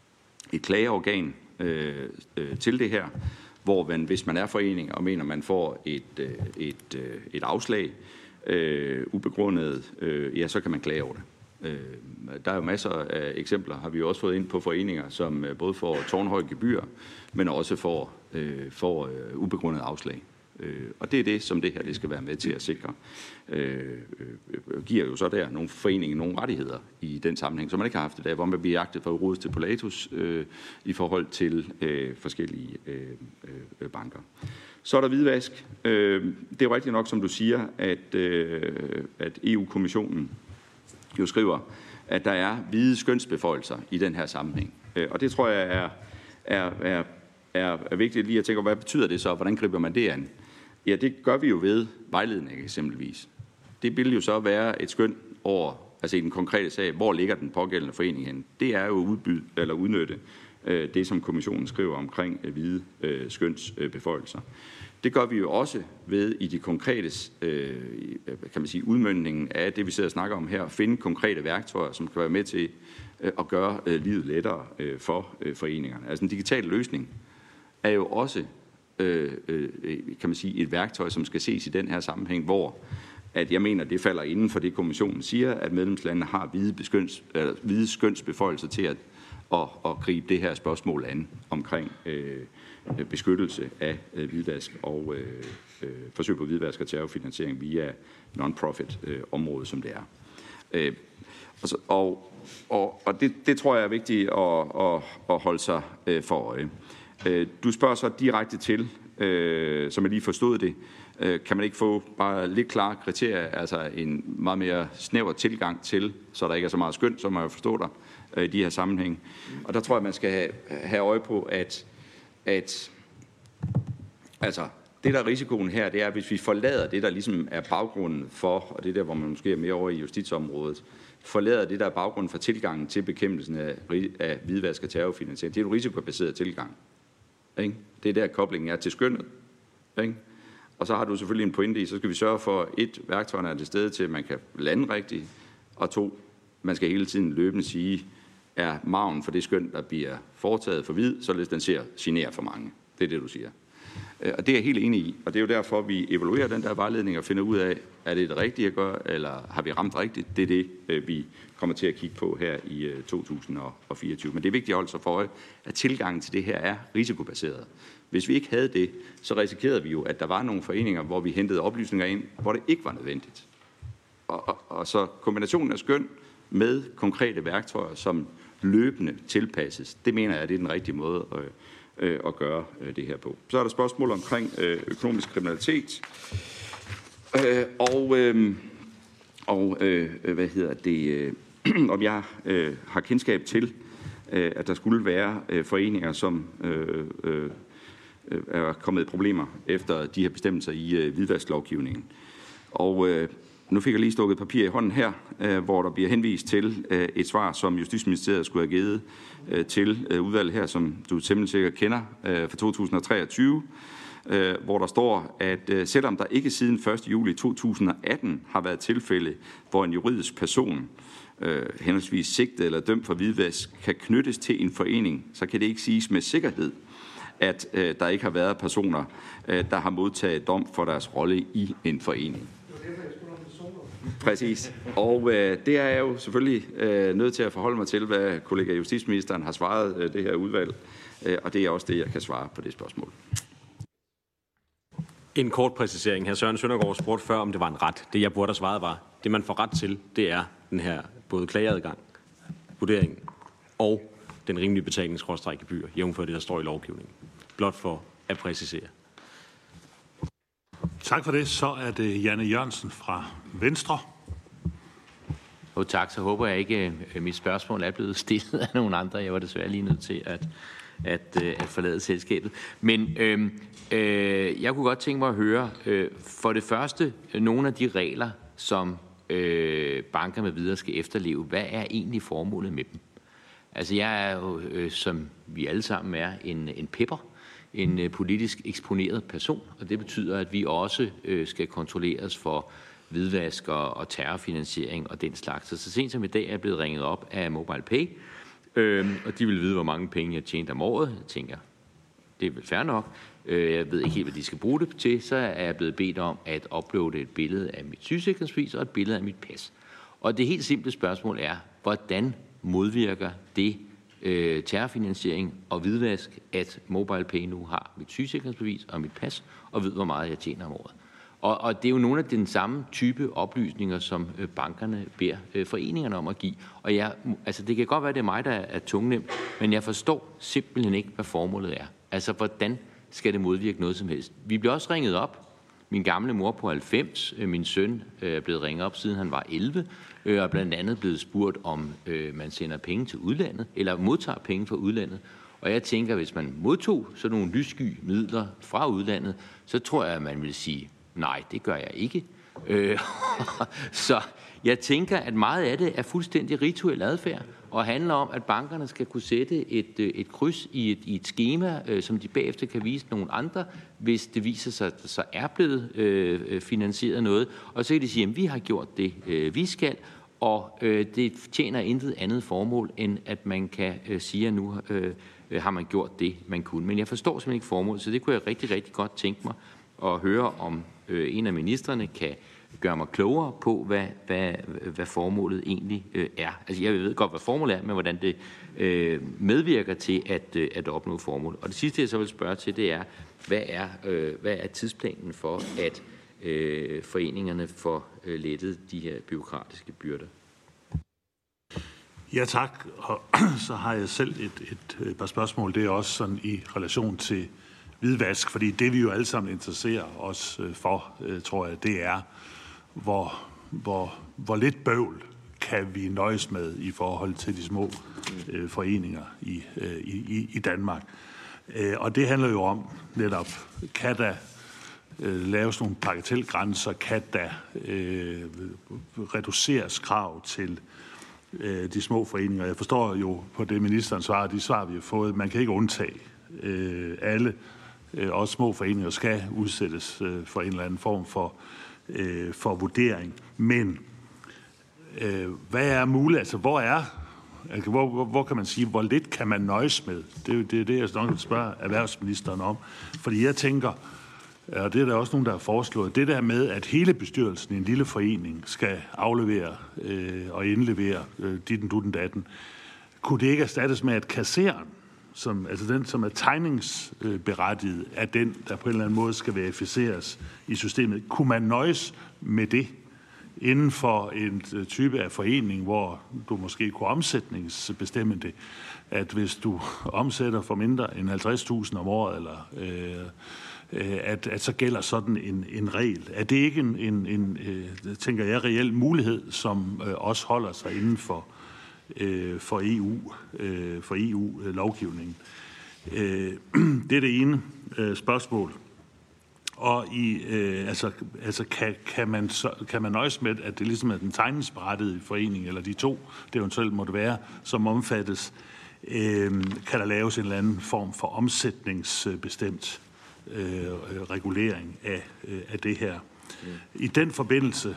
et klageorgan øh, øh, til det her, hvor man, hvis man er forening og mener, man får et, øh, et, øh, et afslag øh, ubegrundet, øh, ja, så kan man klage over det. Øh, der er jo masser af eksempler, har vi jo også fået ind på foreninger, som øh, både får tårnhøje gebyr, men også får, øh, får øh, ubegrundet afslag. Øh, og det er det, som det her det skal være med til at sikre. Øh, øh, giver jo så der nogle foreninger nogle rettigheder i den sammenhæng, som man ikke har haft det der, hvor man bliver jagtet fra Herodes til Pilatus øh, i forhold til øh, forskellige øh, øh, banker. Så er der hvidvask. Øh, det er jo rigtigt nok, som du siger, at, øh, at E U-kommissionen jo skriver, at der er hvide skønsbeføjelser i den her sammenhæng. Øh, og det tror jeg er, er, er, er, er vigtigt lige at tænke, hvad betyder det så? Hvordan griber man det an? Ja, det gør vi jo ved vejledning eksempelvis. Det vil jo så være et skøn over, altså i den konkrete sag, hvor ligger den pågældende forening hen. Det er jo udbyde, eller udnytte øh, det, som kommissionen skriver omkring øh, hvide øh, skønsbeføjelser. Det gør vi jo også ved i de konkrete, øh, kan man sige, udmøntningen af det, vi sidder og snakker om her, at finde konkrete værktøjer, som kan være med til øh, at gøre øh, livet lettere øh, for øh, foreningerne. Altså en digital løsning er jo også øh, øh, kan man sige, et værktøj, som skal ses i den her sammenhæng, hvor at jeg mener, det falder inden for det, kommissionen siger, at medlemslandene har hvide, beskøns, eller hvide skønsbeføjelser til at, at, at gribe det her spørgsmål an omkring øh, beskyttelse af øh, hvidvask og øh, øh, forsøg på hvidvask og terrorfinansiering via non-profit øh, område, som det er. Øh, og så, og, og, og det, det tror jeg er vigtigt at, at, at holde sig øh, for øje. Øh, du spørger så direkte til, øh, som jeg lige forstod det, øh, kan man ikke få bare lidt klare kriterier, altså en meget mere snæver tilgang til, så der ikke er så meget skønt, som man forstår der øh, i de her sammenhæng. Og der tror jeg, man skal have, have øje på, at, at altså, det, der er risikoen her, det er, hvis vi forlader det, der ligesom er baggrunden for, og det er der, hvor man måske er mere over i justitsområdet, forlader det, der er baggrunden for tilgangen til bekæmpelsen af, af hvidvask og terrorfinansiering. Det er en risikobaseret tilgang. Ikke? Det er der, koblingen er til skønnet. Ikke? Og så har du selvfølgelig en pointe i, så skal vi sørge for, et, værktøjerne er til stede til, at man kan lande rigtigt, og to, man skal hele tiden løbende sige, er margen for det skøn, der bliver foretaget for vid, således den ser generer for mange. Det er det, du siger. Og det er jeg helt enig i, og det er jo derfor, vi evaluerer den der vejledning og finder ud af, er det det rigtige at gøre, eller har vi ramt rigtigt? Det er det, vi kommer til at kigge på her i to tusind og fireogtyve. Men det er vigtigt at holde sig for øje, at tilgangen til det her er risikobaseret. Hvis vi ikke havde det, så risikerede vi jo, at der var nogle foreninger, hvor vi hentede oplysninger ind, hvor det ikke var nødvendigt. Og, og, og så kombinationen af skøn med konkrete værktøjer, som løbende tilpasses, det mener jeg, det er den rigtige måde at at gøre det her på. Så er der spørgsmål omkring økonomisk kriminalitet. Og, og hvad hedder det, om jeg har kendskab til, at der skulle være foreninger, som er kommet i problemer efter de her bestemmelser i hvidvasklovgivningen. Og nu fik jeg lige stukket papir i hånden her, hvor der bliver henvist til et svar, som Justitsministeriet skulle have givet til udvalget her, som du simpelthen sikkert kender, fra to tusind og treogtyve, hvor der står, at selvom der ikke siden første juli to tusind og atten har været tilfælde, hvor en juridisk person, henholdsvis sigtet eller dømt for hvidvask, kan knyttes til en forening, så kan det ikke siges med sikkerhed, at der ikke har været personer, der har modtaget dom for deres rolle i en forening. Præcis. Og øh, det er jeg jo selvfølgelig øh, nødt til at forholde mig til, hvad kollega justitsministeren har svaret øh, det her udvalg, øh, og det er også det, jeg kan svare på det spørgsmål. En kort præcisering. Hr. Søren Søndergaard spurgte før, om det var en ret. Det, jeg burde have svaret, var, det man får ret til, det er den her både klageadgang, vurderingen og den rimelige betalingsgebyr, jævnfør det, der står i lovgivningen. Blot for at præcisere. Tak for det. Så er det Janne Jørgensen fra Venstre. Jo, tak. Så håber jeg ikke, at mit spørgsmål er blevet stillet af nogle andre. Jeg var desværre lige nødt til at, at, at forlade selskabet. Men øh, øh, jeg kunne godt tænke mig at høre, øh, for det første, nogle af de regler, som øh, banker med videre skal efterleve. Hvad er egentlig formålet med dem? Altså, jeg er jo, øh, som vi alle sammen er, en, en pepper. En politisk eksponeret person, og det betyder, at vi også øh, skal kontrolleres for hvidvask og terrorfinansiering og den slags. Så, så sent som i dag er jeg blevet ringet op af MobilePay, øh, og de vil vide, hvor mange penge jeg tjente om året. Jeg tænker, det er vel fair nok. Jeg ved ikke helt, hvad de skal bruge det til. Så er jeg blevet bedt om at uploade et billede af mit sygesikringsbevis og et billede af mit pas. Og det helt simple spørgsmål er, hvordan modvirker det øh, terrorfinansiering og hvidvask, at MobilePay nu har mit sygesikringsbevis og mit pas, og ved, hvor meget jeg tjener om året. Og, og det er jo nogle af den samme type oplysninger, som øh, bankerne beder øh, foreningerne om at give. Og jeg, altså, det kan godt være, det er mig, der er tungnemt, men jeg forstår simpelthen ikke, hvad formålet er. Altså, hvordan skal det modvirke noget som helst? Vi bliver også ringet op. Min gamle mor på halvfems, øh, min søn øh, er blevet ringet op, siden han var elleve, øh, og blandt andet blevet spurgt, om øh, man sender penge til udlandet, eller modtager penge fra udlandet. Og jeg tænker, hvis man modtog sådan nogle lyssky midler fra udlandet, så tror jeg, at man vil sige, nej, det gør jeg ikke. Øh, så jeg tænker, at meget af det er fuldstændig rituel adfærd, og handler om, at bankerne skal kunne sætte et, et kryds i et, i et skema, øh, som de bagefter kan vise nogle andre, hvis det viser sig, at der så er blevet øh, finansieret noget. Og så kan de sige, at vi har gjort det, øh, vi skal, og øh, det tjener intet andet formål, end at man kan øh, sige, at nu øh, har man gjort det, man kunne. Men jeg forstår simpelthen ikke formålet, så det kunne jeg rigtig, rigtig godt tænke mig at høre, om øh, en af ministerne kan gøre mig klogere på, hvad, hvad, hvad formålet egentlig øh, er. Altså, jeg ved godt, hvad formålet er, men hvordan det øh, medvirker til at, øh, at opnå formålet. Og det sidste, jeg så vil spørge til, det er, hvad er, øh, hvad er tidsplanen for, at øh, foreningerne får øh, lettet de her byråkratiske byrder? Ja, tak. Og så har jeg selv et, et par spørgsmål. Det er også sådan i relation til hvidvask, fordi det vi jo alle sammen interesserer os for, tror jeg, det er, hvor, hvor, hvor lidt bøvl kan vi nøjes med i forhold til de små øh, foreninger i, øh, i, i Danmark. Øh, og det handler jo om netop, kan der øh, laves nogle bagatelgrænser, kan der øh, reduceres krav til øh, de små foreninger. Jeg forstår jo på det, ministeren svarer, de svar, vi har fået, man kan ikke undtage øh, alle, øh, også små foreninger skal udsættes øh, for en eller anden form for Øh, for vurdering. Men øh, hvad er muligt? Altså, hvor er, altså, hvor, hvor, hvor kan man sige, hvor lidt kan man nøjes med? Det er det, det, det jeg nok vil spørge erhvervsministeren om. Fordi jeg tænker, og det er der også nogen, der har foreslået, det der med, at hele bestyrelsen i en lille forening skal aflevere øh, og indlevere øh, ditten, dutten, datten, kunne det ikke erstattes med, at kasseren, som, altså den, som er tegningsberettiget, er den, der på en eller anden måde skal verificeres i systemet. Kunne man nøjes med det inden for en type af forening, hvor du måske kunne omsætningsbestemme det, at hvis du omsætter for mindre end halvtreds tusind om året, eller, øh, at, at så gælder sådan en, en regel. Er det ikke en, en, en øh, tænker jeg, reel mulighed, som øh, også holder sig inden for for E U, for E U-lovgivningen. Det er det ene spørgsmål. Og i, altså, altså kan, kan, man så, kan man nøjes med, at det ligesom er den tegningsberettigede forening, eller de to, det eventuelt måtte være, som omfattes, kan der laves en eller anden form for omsætningsbestemt regulering af, af det her. I den forbindelse,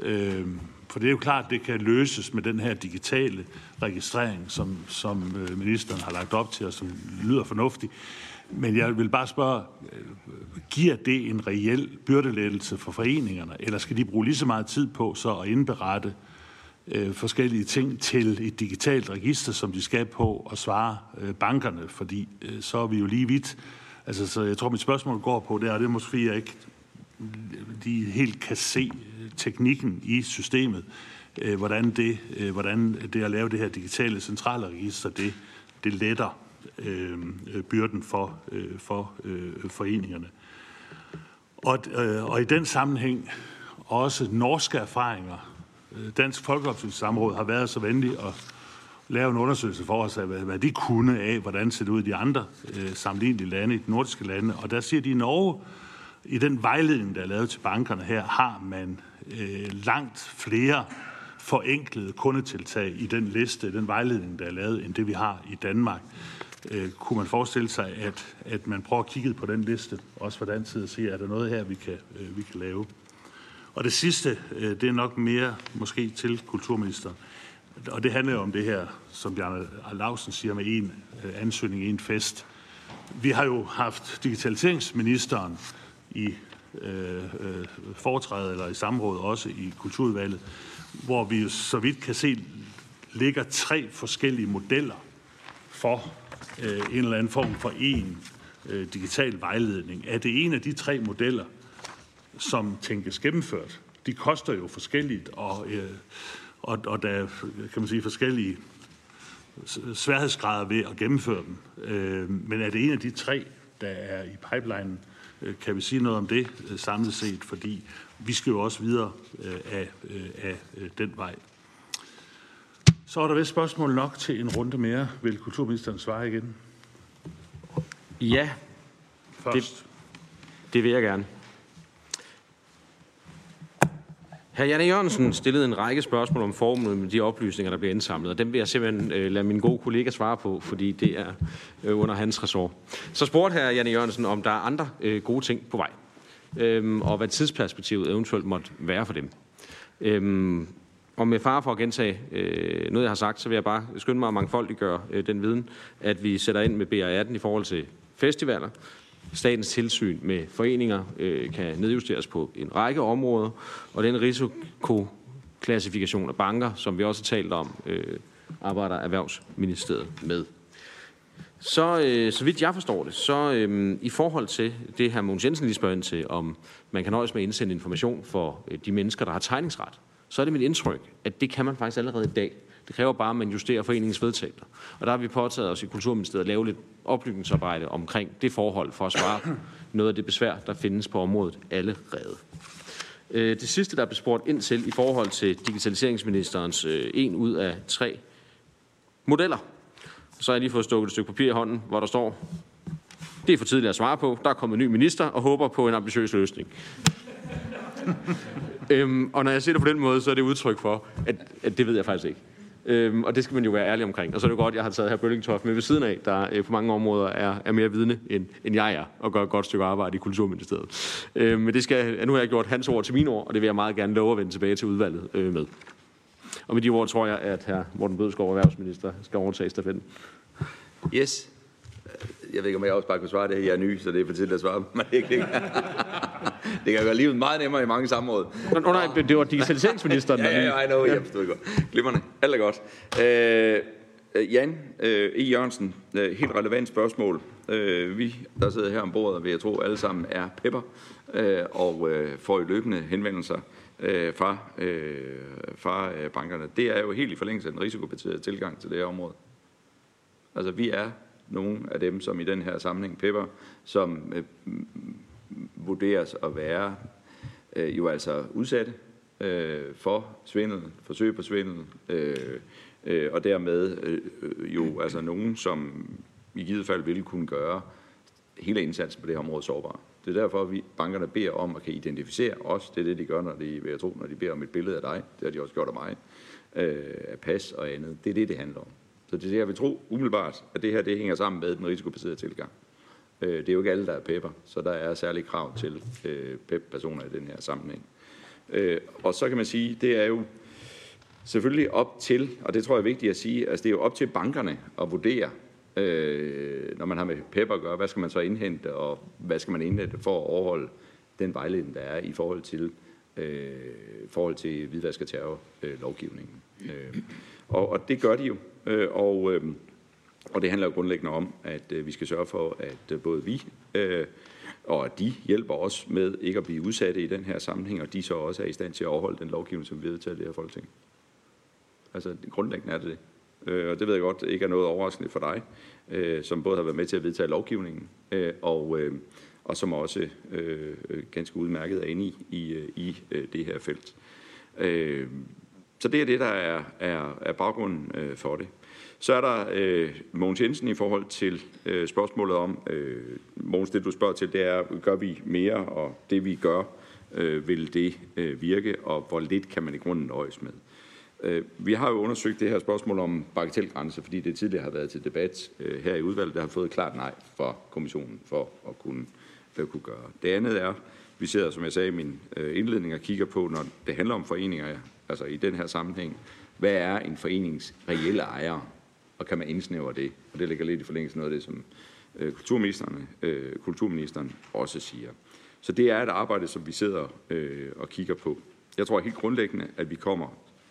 for det er jo klart, at det kan løses med den her digitale registrering, som, som ministeren har lagt op til, og som lyder fornuftigt. Men jeg vil bare spørge, giver det en reel byrdelettelse for foreningerne, eller skal de bruge lige så meget tid på så at indberette øh, forskellige ting til et digitalt register, som de skal på og svare øh, bankerne, fordi øh, så er vi jo lige vidt. Altså, så jeg tror, mit spørgsmål går på det, og det er måske, fordi jeg ikke de helt kan se teknikken i systemet, øh, hvordan, det, øh, hvordan det at lave det her digitale centrale register, det, det letter øh, byrden for, øh, for øh, foreningerne. Og, øh, og i den sammenhæng også norske erfaringer. Dansk Folkeoplysningssamråd har været så venlig at lave en undersøgelse for os, hvad, hvad de kunne af, hvordan ser det ud i de andre øh, sammenlignelige lande, i de nordiske lande. Og der siger de, i Norge, i den vejledning, der er lavet til bankerne her, har man øh, langt flere forenklede kundetiltag i den liste, den vejledning, der er lavet, end det vi har i Danmark. Øh, kunne man forestille sig, at, at man prøver at kigge på den liste, også fra den side, og sige, er der noget her, vi kan, øh, vi kan lave? Og det sidste, øh, det er nok mere måske til kulturministeren. Og det handler jo om det her, som Bjarne Laustsen siger, med en øh, ansøgning, en fest. Vi har jo haft digitaliseringsministeren i øh, øh, foretræde eller i samråd også i kulturudvalget, hvor vi så vidt kan se, ligger tre forskellige modeller for øh, en eller anden form for en øh, digital vejledning. Er det en af de tre modeller, som tænkes gennemført? De koster jo forskelligt, og, øh, og, og der er, kan man sige, forskellige sværhedsgrader ved at gennemføre dem. Øh, men er det en af de tre, der er i pipelinen? Kan vi sige noget om det samlet set, fordi vi skal jo også videre af, af den vej. Så er der vist spørgsmål nok til en runde mere. Vil kulturministeren svare igen? Ja, det, det vil jeg gerne. Hr. Janne Jørgensen stillede en række spørgsmål om formålet med de oplysninger, der bliver indsamlet, og dem vil jeg simpelthen øh, lade min gode kollega svare på, fordi det er øh, under hans ressort. Så spurgte hr. Janne Jørgensen, om der er andre øh, gode ting på vej, øhm, og hvad tidsperspektivet eventuelt måtte være for dem. Øhm, og med fare for at gentage øh, noget, jeg har sagt, så vil jeg bare skynde mig at mangfoldiggøre øh, den viden, at vi sætter ind med B R atten i forhold til festivaler. Statens tilsyn med foreninger øh, kan nedjusteres på en række områder, og den risikoklassifikation af banker, som vi også har talt om, øh, arbejder Erhvervsministeriet med. Så, øh, så vidt jeg forstår det, så øh, i forhold til det her Mogens Jensen lige spørger ind til, om man kan nøjes med at indsende information for øh, de mennesker, der har tegningsret, så er det mit indtryk, at det kan man faktisk allerede i dag. Det kræver bare, at man justerer foreningens vedtægter. Og der har vi påtaget os i Kulturministeriet at lave lidt oplysningsarbejde omkring det forhold for at svare noget af det besvær, der findes på området allerede. Det sidste, der blev spurgt ind til i forhold til digitaliseringsministerens en ud af tre modeller, så har jeg lige fået stukket et stykke papir i hånden, hvor der står, det er for tidligt at svare på, der er kommet en ny minister og håber på en ambitiøs løsning. øhm, og når jeg siger det på den måde, så er det udtryk for, at, at det ved jeg faktisk ikke. Øhm, og det skal man jo være ærlig omkring. Og så er det godt, at jeg har taget her Bøllingtoft med ved siden af, der øh, på mange områder er, er mere vidne, end, end jeg er, og gør et godt stykke arbejde i Kulturministeriet. Øhm, men det skal, nu har jeg gjort hans ord til mine ord, og det vil jeg meget gerne love at vende tilbage til udvalget øh, med. Og med de ord tror jeg, at hr. Morten Bødskov, erhvervsminister, skal overtage stafetten. Yes. Jeg ved ikke, om jeg også bare kunne svare det. Jeg er ny, så det er for tidligt at svare. Men det, det, det kan gøre livet meget nemmere i mange samråd. Nå, no, nej, det var digitaliseringsministeren. ja, ja, ja, I know. Jeg forstod godt. Glimmerne. Alt er godt. Øh, Jan øh, E. Jørgensen, øh, helt relevant spørgsmål. Øh, vi, der sidder her ombord, vil jeg tro, alle sammen er pepper, øh, og øh, får i løbende henvendelser øh, fra, øh, fra øh, bankerne. Det er jo helt i forlængelse af den risikobaseret tilgang til det her område. Altså, vi er nogle af dem, som i den her sammenhæng pepper, som øh, vurderes at være øh, jo altså udsatte øh, for svindel, forsøg på svindel, øh, øh, og dermed øh, jo altså nogen, som i givet fald ville kunne gøre hele indsatsen på det her område sårbar. Det er derfor, at vi bankerne beder om at kan identificere os. Det er det, de gør, når de, vil jeg tro, når de beder om et billede af dig. Det har de også gjort af mig. Øh, af pas og andet. Det er det, det handler om. Så det er det, jeg vil tro umiddelbart, at det her det hænger sammen med den risikobaserede tilgang. Det er jo ikke alle, der er pepper, så der er særlige krav til pep-personer i den her sammenhæng. Og så kan man sige, det er jo selvfølgelig op til, og det tror jeg er vigtigt at sige, altså det er jo op til bankerne at vurdere, når man har med pepper at gøre, hvad skal man så indhente, og hvad skal man indhente for at overholde den vejledning, der er i forhold til, forhold til hvidvask og terrorlovgivningen. Og, og det gør de jo. Øh, og, øh, og det handler jo grundlæggende om, at øh, vi skal sørge for, at øh, både vi øh, og at de hjælper os med ikke at blive udsatte i den her sammenhæng, og de så også er i stand til at overholde den lovgivning, som vi vedtager i det her Folketing. Altså grundlæggende er det det. Øh, og det ved jeg godt ikke er noget overraskende for dig, øh, som både har været med til at vedtage lovgivningen, øh, og, øh, og som også øh, ganske udmærket er inde i, i, i øh, det her felt. Øh, Så det er det, der er, er, er baggrunden øh, for det. Så er der øh, Mogens Jensen i forhold til øh, spørgsmålet om, øh, Mogens, det du spørger til, det er, gør vi mere, og det vi gør, øh, vil det øh, virke, og hvor lidt kan man i grunden nøjes med. Øh, vi har jo undersøgt det her spørgsmål om bagatelgrænse, fordi det tidligere har været til debat øh, her i udvalget, der har fået et klart nej fra kommissionen for at kunne, at kunne gøre. Det andet er, vi sidder, som jeg sagde i min øh, indledning, og kigger på, når det handler om foreninger, altså i den her sammenhæng, hvad er en forenings reelle ejere, og kan man indsnævre det? Og det ligger lidt i forlængelse noget af det, som øh, kulturministeren, øh, kulturministeren også siger. Så det er et arbejde, som vi sidder øh, og kigger på. Jeg tror helt grundlæggende, at vi kommer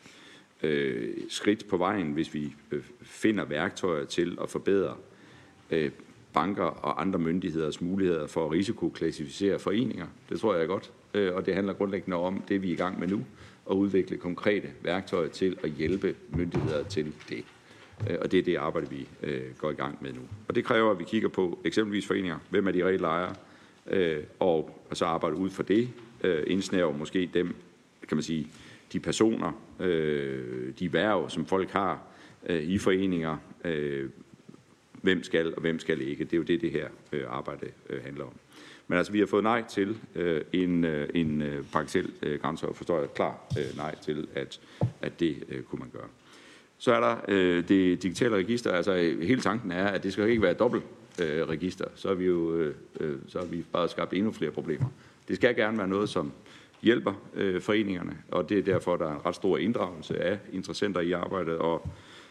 øh, skridt på vejen, hvis vi øh, finder værktøjer til at forbedre øh, banker og andre myndigheders muligheder for at risikoklassificere foreninger. Det tror jeg er godt. Øh, og det handler grundlæggende om det, vi er i gang med nu, at udvikle konkrete værktøjer til at hjælpe myndigheder til det. Og det er det arbejde, vi øh, går i gang med nu. Og det kræver, at vi kigger på eksempelvis foreninger. Hvem er de reelle ejere? Øh, og, og så arbejde ud for det. Øh, indsnæver måske dem, kan man sige, de personer, øh, de værv, som folk har øh, i foreninger. Øh, hvem skal og hvem skal ikke? Det er jo det, det her øh, arbejde øh, handler om. Men altså, vi har fået nej til øh, en, øh, en øh, bagatelgrænse, øh, grænse, og forstår jeg klar øh, nej til, at, at det øh, kunne man gøre. Så er der øh, det digitale register. Altså, hele tanken er, at det skal ikke være et dobbelt øh, register. Så er vi jo øh, så er vi bare skabt endnu flere problemer. Det skal gerne være noget, som hjælper øh, foreningerne, og det er derfor, der er en ret stor inddragelse af interessenter i arbejdet, og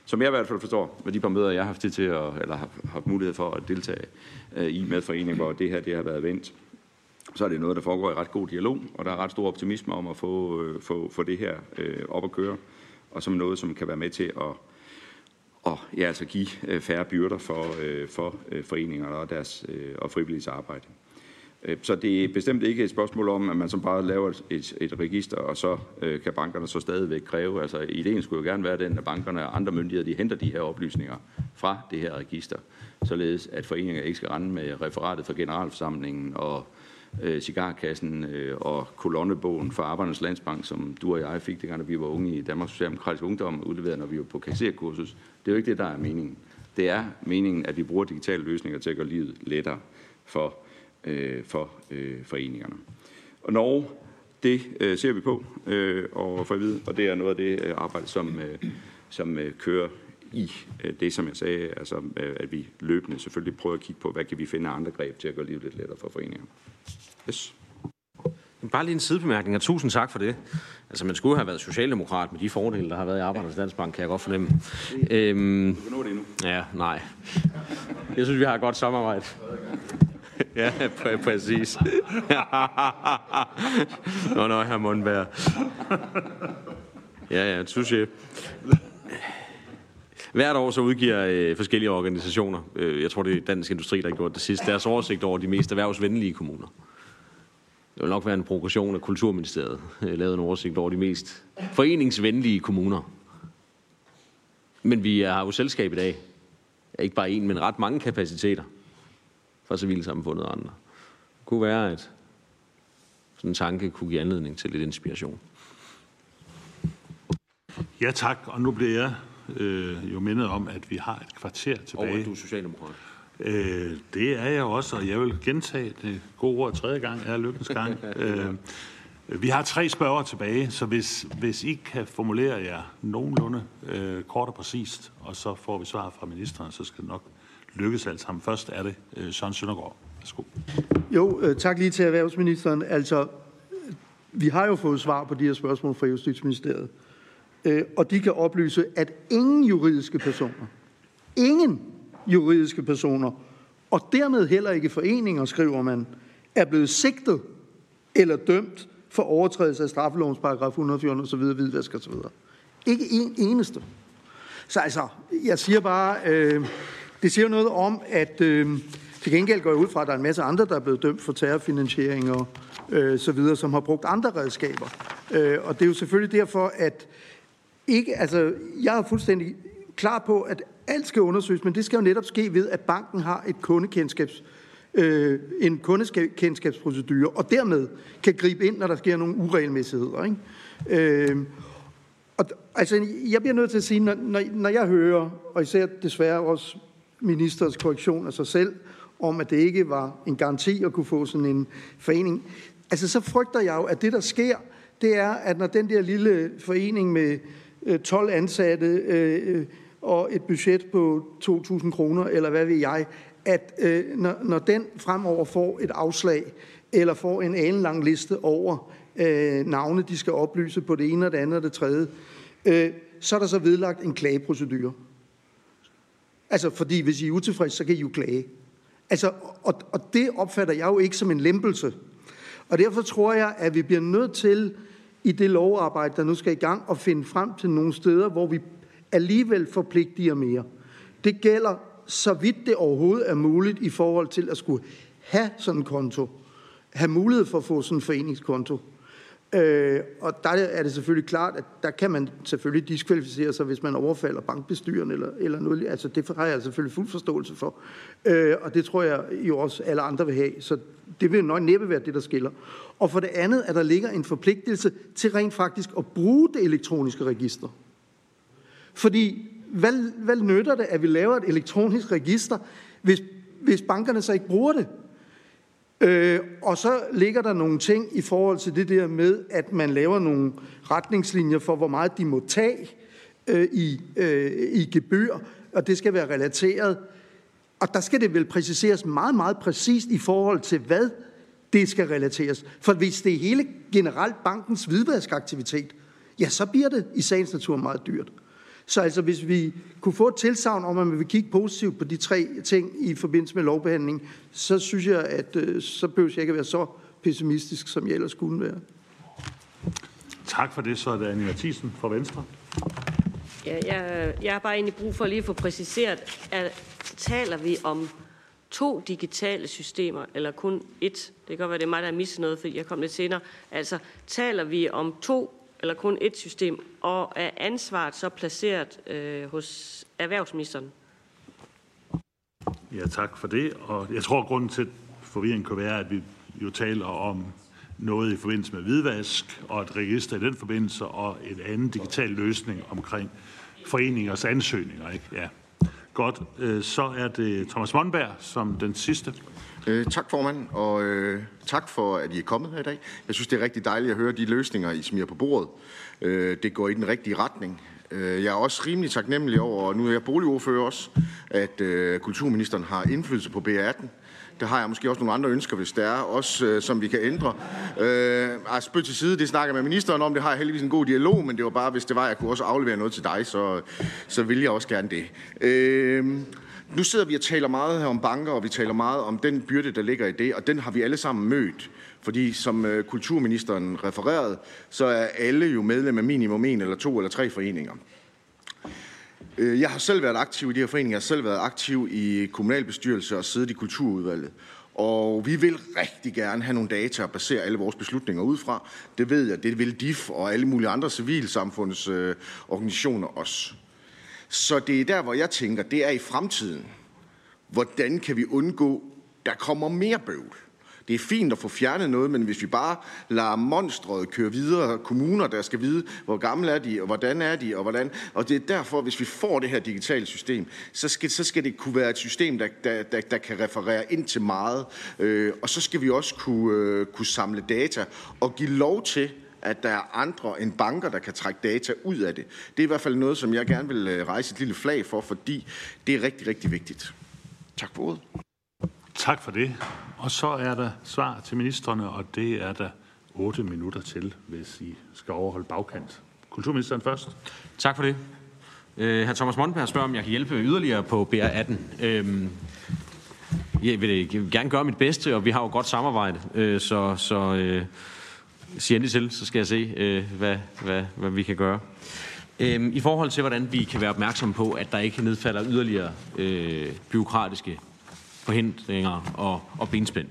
som jeg i hvert fald forstår, med de par møder, jeg har haft tid til, at, eller har haft mulighed for at deltage øh, i med foreningen, hvor det her det har været vendt, så er det noget, der foregår i ret god dialog, og der er ret stor optimisme om at få, øh, få, få det her øh, op at køre, og som noget, som kan være med til at og, ja, altså give øh, færre byrder for, øh, for øh, foreningerne og deres øh, og frivilliges arbejde. Så det er bestemt ikke et spørgsmål om, at man så bare laver et, et, et register, og så øh, kan bankerne så stadigvæk kræve. Altså ideen skulle jo gerne være den, at bankerne og andre myndigheder, de henter de her oplysninger fra det her register, således at foreninger ikke skal rende med referatet fra generalforsamlingen og øh, cigarkassen øh, og kolonnebogen for Arbejdernes Landsbank, som du og jeg fik, det gang, vi var unge i Danmarks Socialdemokratiske Ungdom, udleveret, når vi var på kasserkursus. Det er jo ikke det, der er meningen. Det er meningen, at vi bruger digitale løsninger til at gøre livet lettere for øh, for øh, foreningerne. Og Norge, det øh, ser vi på øh, og for at vide, og det er noget af det øh, arbejde, som, øh, som øh, kører i øh, det, som jeg sagde, altså øh, at vi løbende selvfølgelig prøver at kigge på, hvad kan vi finde af andre greb til at gøre livet lidt lettere for foreningerne. Yes. Bare lige en sidebemærkning, og tusind tak for det. Altså, man skulle have været socialdemokrat med de fordele, der har været i Arbejdernes Landsbank, kan jeg godt fornemme. Øhm, du kan nå det endnu. Ja, nej. Jeg synes, vi har et godt samarbejde. Ja, pr- præcis. Nå, nå, her Mundberg. Ja, ja, synes jeg. Hvert år så udgiver øh, forskellige organisationer, øh, jeg tror det er Dansk Industri, der har gjort det sidste, deres oversigt over de mest erhvervsvenlige kommuner. Det vil nok være en progression af Kulturministeriet, øh, lavet en oversigt over de mest foreningsvenlige kommuner. Men vi har jo selskab i dag. Ikke bare en, men ret mange kapaciteter fra civilsamfundet og andre. Det kunne være, at sådan en tanke kunne give anledning til lidt inspiration. Ja tak, og nu bliver jeg øh, jo mindet om, at vi har et kvarter tilbage. Og at du er socialdemokrat. Øh, det er jeg også, og jeg vil gentage det gode ord tredje gang, er lykkens gang. øh, vi har tre spørger tilbage, så hvis, hvis I kan formulere jer nogenlunde øh, kort og præcist, og så får vi svar fra ministeren, så skal det nok lykkes alt sammen. Først er det øh, Søren Søndergaard. Værsgo. Jo, øh, tak lige til erhvervsministeren. Altså, vi har jo fået svar på de her spørgsmål fra Justitsministeriet, øh, og de kan oplyse, at ingen juridiske personer, ingen juridiske personer, og dermed heller ikke foreninger, skriver man, er blevet sigtet eller dømt for overtrædelse af straffelovens paragraf et hundrede og fjorten osv., hvidvask osv. Ikke en eneste. Så altså, jeg siger bare, øh, det siger noget om, at øh, til gengæld går jeg ud fra, at der er en masse andre, der er blevet dømt for terrorfinansiering og øh, så videre, som har brugt andre redskaber. Øh, og det er jo selvfølgelig derfor, at ikke, altså, jeg er fuldstændig klar på, at alt skal undersøges, men det skal jo netop ske ved, at banken har et kundekendskabs, øh, en kundekendskabsprocedure, og dermed kan gribe ind, når der sker nogle uregelmæssigheder. Ikke? Øh, og, altså, jeg bliver nødt til at sige, når, når, når jeg hører, og især desværre også ministerens korrektion af sig selv, om at det ikke var en garanti at kunne få sådan en forening, altså så frygter jeg jo, at det, der sker, det er, at når den der lille forening med øh, tolv ansatte øh, og et budget på to tusind kroner, eller hvad ved jeg, at øh, når, når den fremover får et afslag, eller får en alenlang liste over øh, navne, de skal oplyse på det ene og det andet og det tredje, øh, så er der så vedlagt en klageprocedure. Altså, fordi hvis I er utilfredse, så kan I jo klage. Altså, og, og det opfatter jeg jo ikke som en lempelse. Og derfor tror jeg, at vi bliver nødt til, i det lovarbejde, der nu skal i gang, at finde frem til nogle steder, hvor vi alligevel forpligtiger mere. Det gælder, så vidt det overhovedet er muligt, i forhold til at skulle have sådan en konto. Have mulighed for at få sådan en foreningskonto. Øh, og der er det selvfølgelig klart, at der kan man selvfølgelig diskvalificere sig, hvis man overfalder bankbestyren eller, eller noget. Altså det har jeg selvfølgelig fuld forståelse for. Øh, og det tror jeg jo også alle andre vil have. Så det vil nok næppe være det, der skiller. Og for det andet, at der ligger en forpligtelse til rent faktisk at bruge det elektroniske register. Fordi hvad, hvad nytter det, at vi laver et elektronisk register, hvis, hvis bankerne så ikke bruger det? Øh, og så ligger der nogle ting i forhold til det der med, at man laver nogle retningslinjer for, hvor meget de må tage øh, i, øh, i gebyr, og det skal være relateret. Og der skal det vel præciseres meget, meget præcist i forhold til, hvad det skal relateres. For hvis det er hele generelt bankens hvidvaskaktivitet, ja, så bliver det i sagens natur meget dyrt. Så altså, hvis vi kunne få et tilsagn om, at man vil kigge positivt på de tre ting i forbindelse med lovbehandling, så synes jeg, at øh, så behøver jeg ikke være så pessimistisk, som jeg ellers kunne være. Tak for det. Så er det Annie Matthiesen fra Venstre. Ja, jeg, jeg har bare egentlig brug for lige at få præciseret, at taler vi om to digitale systemer, eller kun et? Det kan godt være, det er mig, der har misset noget, fordi jeg kom lidt senere. Altså, taler vi om to eller kun et system, og er ansvaret så placeret øh, hos erhvervsministeren? Ja, tak for det. Og jeg tror, at grunden til forvirringen kan være, at vi jo taler om noget i forbindelse med hvidvask, og et register i den forbindelse, og en anden digital løsning omkring foreningers ansøgninger. Ikke? Ja. Godt. Så er det Thomas Monberg som den sidste. Øh, tak, formand, og øh, tak for, at I er kommet her i dag. Jeg synes, det er rigtig dejligt at høre de løsninger, I smider på bordet. Øh, det går i den rigtige retning. Jeg er også rimelig taknemmelig over, og nu er jeg boligordfører også, at øh, kulturministeren har indflydelse på B R atten. Der har jeg måske også nogle andre ønsker, hvis der er, også øh, som vi kan ændre. Øh, altså, spøg til side, det snakker jeg med ministeren om, det har jeg heldigvis en god dialog, men det var bare, hvis det var, jeg kunne også aflevere noget til dig, så, så vil jeg også gerne det. Øh, nu sidder vi og taler meget her om banker, og vi taler meget om den byrde, der ligger i det, og den har vi alle sammen mødt. Fordi som øh, kulturministeren refererede, så er alle jo medlem af minimum en eller to eller tre foreninger. Jeg har selv været aktiv i de her foreninger, jeg har selv været aktiv i kommunalbestyrelse og siddet i kulturudvalget. Og vi vil rigtig gerne have nogle data at basere alle vores beslutninger ud fra. Det ved jeg, det vil D I F og alle mulige andre civilsamfundsorganisationer også. Så det er der, hvor jeg tænker, det er i fremtiden. Hvordan kan vi undgå, der kommer mere bøvl? Det er fint at få fjernet noget, men hvis vi bare lader monstret køre videre, kommuner, der skal vide, hvor gamle er de, og hvordan er de, og hvordan... Og det er derfor, hvis vi får det her digitale system, så skal, så skal det kunne være et system, der, der, der, der kan referere ind til meget. Øh, og så skal vi også kunne, øh, kunne samle data og give lov til, at der er andre end banker, der kan trække data ud af det. Det er i hvert fald noget, som jeg gerne vil rejse et lille flag for, fordi det er rigtig, rigtig vigtigt. Tak for ordet. Tak for det. Og så er der svar til ministerne, og det er der otte minutter til, hvis I skal overholde bagkant. Kulturministeren først. Tak for det. Øh, hr. Thomas Monberg spørger, om jeg kan hjælpe yderligere på B R atten. Øh, jeg vil gerne gøre mit bedste, og vi har jo godt samarbejde, øh, så, så øh, sig endelig til, så skal jeg se, øh, hvad, hvad, hvad vi kan gøre. Øh, I forhold til, hvordan vi kan være opmærksomme på, at der ikke nedfalder yderligere øh, byråkratiske forhindringer og, og benspænd,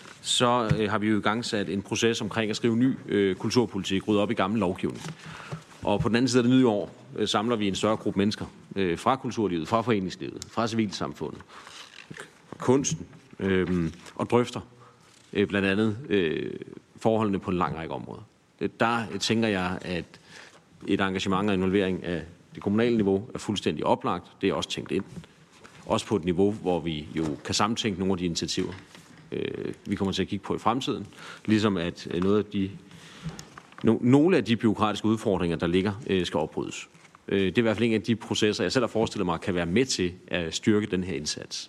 så øh, har vi jo i gang sat en proces omkring at skrive ny øh, kulturpolitik, rydde op i gammel lovgivning. Og på den anden side af det nye år øh, samler vi en større gruppe mennesker øh, fra kulturlivet, fra foreningslivet, fra civilsamfundet, fra kunsten øh, og drøfter øh, blandt andet øh, forholdene på en lang række områder. Der øh, tænker jeg, at et engagement og involvering af det kommunale niveau er fuldstændig oplagt. Det er også tænkt ind. Også på et niveau, hvor vi jo kan samtænke nogle af de initiativer, øh, vi kommer til at kigge på i fremtiden. Ligesom at noget af de, no, nogle af de bureaukratiske udfordringer, der ligger, øh, skal opbrydes. Øh, det er i hvert fald en af de processer, jeg selv har forestillet mig, kan være med til at styrke den her indsats.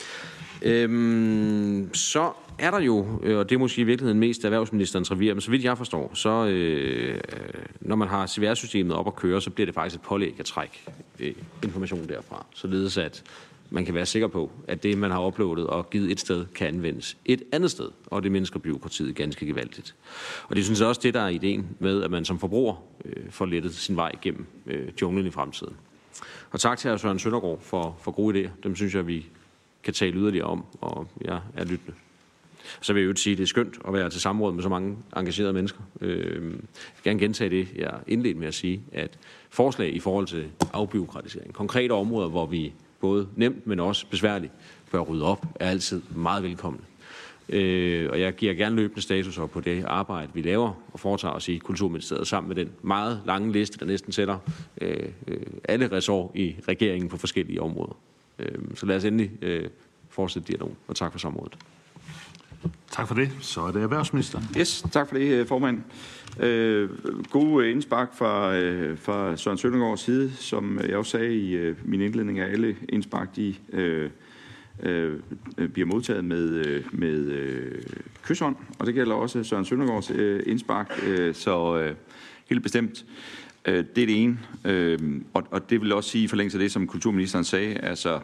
Øhm, så er der jo, og det er måske i virkeligheden mest erhvervsministerens revir, men så vidt jeg forstår, så øh, når man har C V R-systemet op at køre, så bliver det faktisk et pålæg at trække øh, information derfra, således at man kan være sikker på, at det, man har uploadet og givet et sted, kan anvendes et andet sted, og det mindsker bureaukratiet ganske gevaldigt. Og det synes jeg også, det der er ideen med, at man som forbruger øh, får lettet sin vej igennem øh, junglen i fremtiden. Og tak til hr. Søren Søndergaard for, for gode idéer. Dem synes jeg, vi kan tale yderligere om, og jeg er lyttende. Så vil jeg jo sige, at det er skønt at være til samråd med så mange engagerede mennesker. Øh, jeg vil gerne gentage det, jeg indledte med at sige, at forslag i forhold til afbureaukratisering, konkrete områder, hvor vi både nemt, men også besværligt bør rydde op, er altid meget velkomne. Øh, og jeg giver gerne løbende status op på det arbejde, vi laver og foretager os i Kulturministeriet sammen med den meget lange liste, der næsten sætter øh, øh, alle ressort i regeringen på forskellige områder. Øh, så lad os endelig øh, fortsætte dialogen, og tak for samrådet. Tak for det. Så er det erhvervsministeren. Yes, tak for det, formand. Øh, gode indspark fra, øh, fra Søren Søndergaards side, som jeg også sagde i øh, min indledning, af alle indspark, de øh, øh, bliver modtaget med, øh, med øh, kyshånd, og det gælder også Søren Søndergaards øh, indspark, øh, så øh, helt bestemt. Det er det ene, og, og det vil også sige i forlængelse af det, som kulturministeren sagde, altså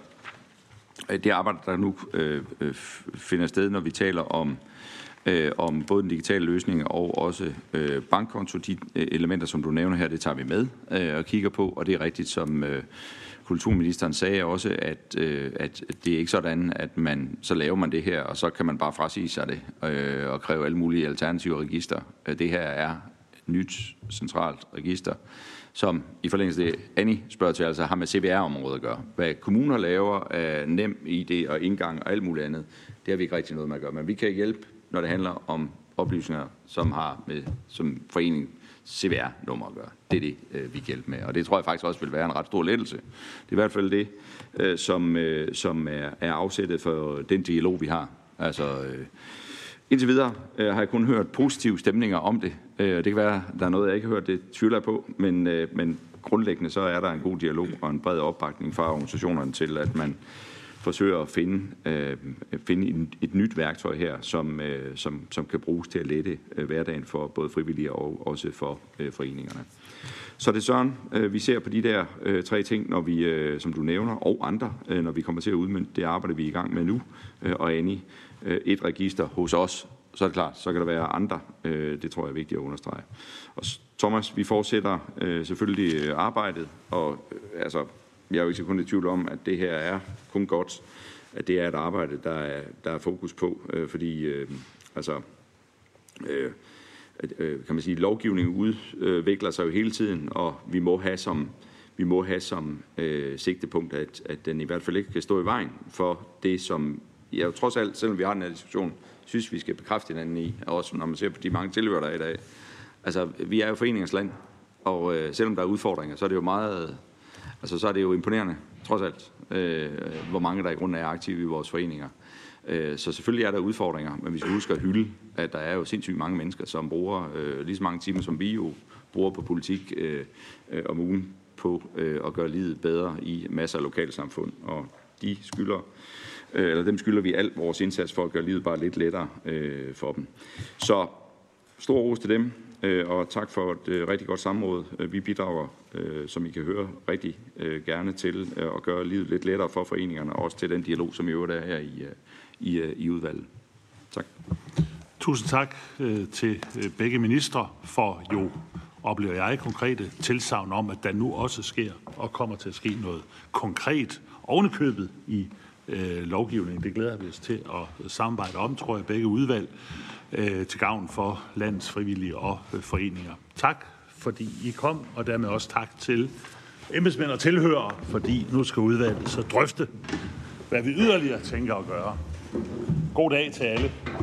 det arbejde, der nu øh, finder sted, når vi taler om, øh, om både den digitale løsning og også øh, bankkonto, de elementer, som du nævner her, det tager vi med øh, og kigger på, og det er rigtigt, som øh, kulturministeren sagde også, at, øh, at det er ikke sådan, at man, så laver man det her, og så kan man bare frasige sig det øh, og kræve alle mulige alternative register. Det her er et nyt centralt register, som i forlængelse af det, Annie spørger til, altså har med C V R-området at gøre. Hvad kommuner laver af nem I D og indgang og alt muligt andet, det har vi ikke rigtig noget med at gøre. Men vi kan hjælpe, når det handler om oplysninger, som har med som forening C V R-nummer at gøre. Det er det, vi kan hjælpe med. Og det tror jeg faktisk også vil være en ret stor lettelse. Det er i hvert fald det, som, som er, er afsættet for den dialog, vi har. Altså, indtil videre har jeg kun hørt positive stemninger om det. Det kan være, der er noget, jeg ikke har hørt, det tvivler jeg på, men, men grundlæggende så er der en god dialog og en bred opbakning fra organisationerne til, at man forsøger at finde, øh, finde en, et nyt værktøj her, som, øh, som, som kan bruges til at lette øh, hverdagen for både frivillige og også for øh, foreningerne. Så det er sådan, øh, vi ser på de der øh, tre ting, når vi, øh, som du nævner, og andre, øh, når vi kommer til at udmønte det arbejde, vi er i gang med nu, øh, og Annie, øh, et register hos os, så er det klart, så kan der være andre. Øh, det tror jeg er vigtigt at understrege. Og Thomas, vi fortsætter øh, selvfølgelig arbejdet, og øh, altså, jeg er jo ikke kun i tvivl om, at det her er kun godt, at det er et arbejde, der er, der er fokus på, øh, fordi øh, altså, øh, øh, kan man sige, lovgivningen udvikler sig jo hele tiden, og vi må have som, vi må have som øh, sigtepunkt, at, at den i hvert fald ikke kan stå i vejen for det, som jeg jo trods alt, selvom vi har den her diskussion, synes vi skal bekræfte hinanden i, også når man ser på de mange tilhører, der er i dag. Altså, vi er jo foreningers land, og øh, selvom der er udfordringer, så er det jo meget... Altså, så er det jo imponerende, trods alt, øh, hvor mange der i grunden er aktive i vores foreninger. Øh, så selvfølgelig er der udfordringer, men vi skal huske at hylde, at der er jo sindssygt mange mennesker, som bruger øh, lige så mange timer, som vi jo bruger på politik øh, øh, om ugen på øh, at gøre livet bedre i masser af lokalsamfund. Og de skylder, øh, eller dem skylder vi alt vores indsats for at gøre livet bare lidt lettere øh, for dem. Så stor ros til dem. Og tak for et rigtig godt samråd. Vi bidrager, som I kan høre, rigtig gerne til at gøre livet lidt lettere for foreningerne, og også til den dialog, som i øvrigt er her i, i, i udvalget. Tak. Tusind tak til begge ministre for jo, oplever jeg, konkrete tilsagn om, at der nu også sker og kommer til at ske noget konkret ovenikøbet i øh, lovgivningen. Det glæder vi os til at samarbejde om, tror jeg, begge udvalg, øh, til gavn for landets frivillige og øh, foreninger. Tak, fordi I kom, og dermed også tak til embedsmænd og tilhørere, fordi nu skal udvalget så drøfte, hvad vi yderligere tænker at gøre. God dag til alle.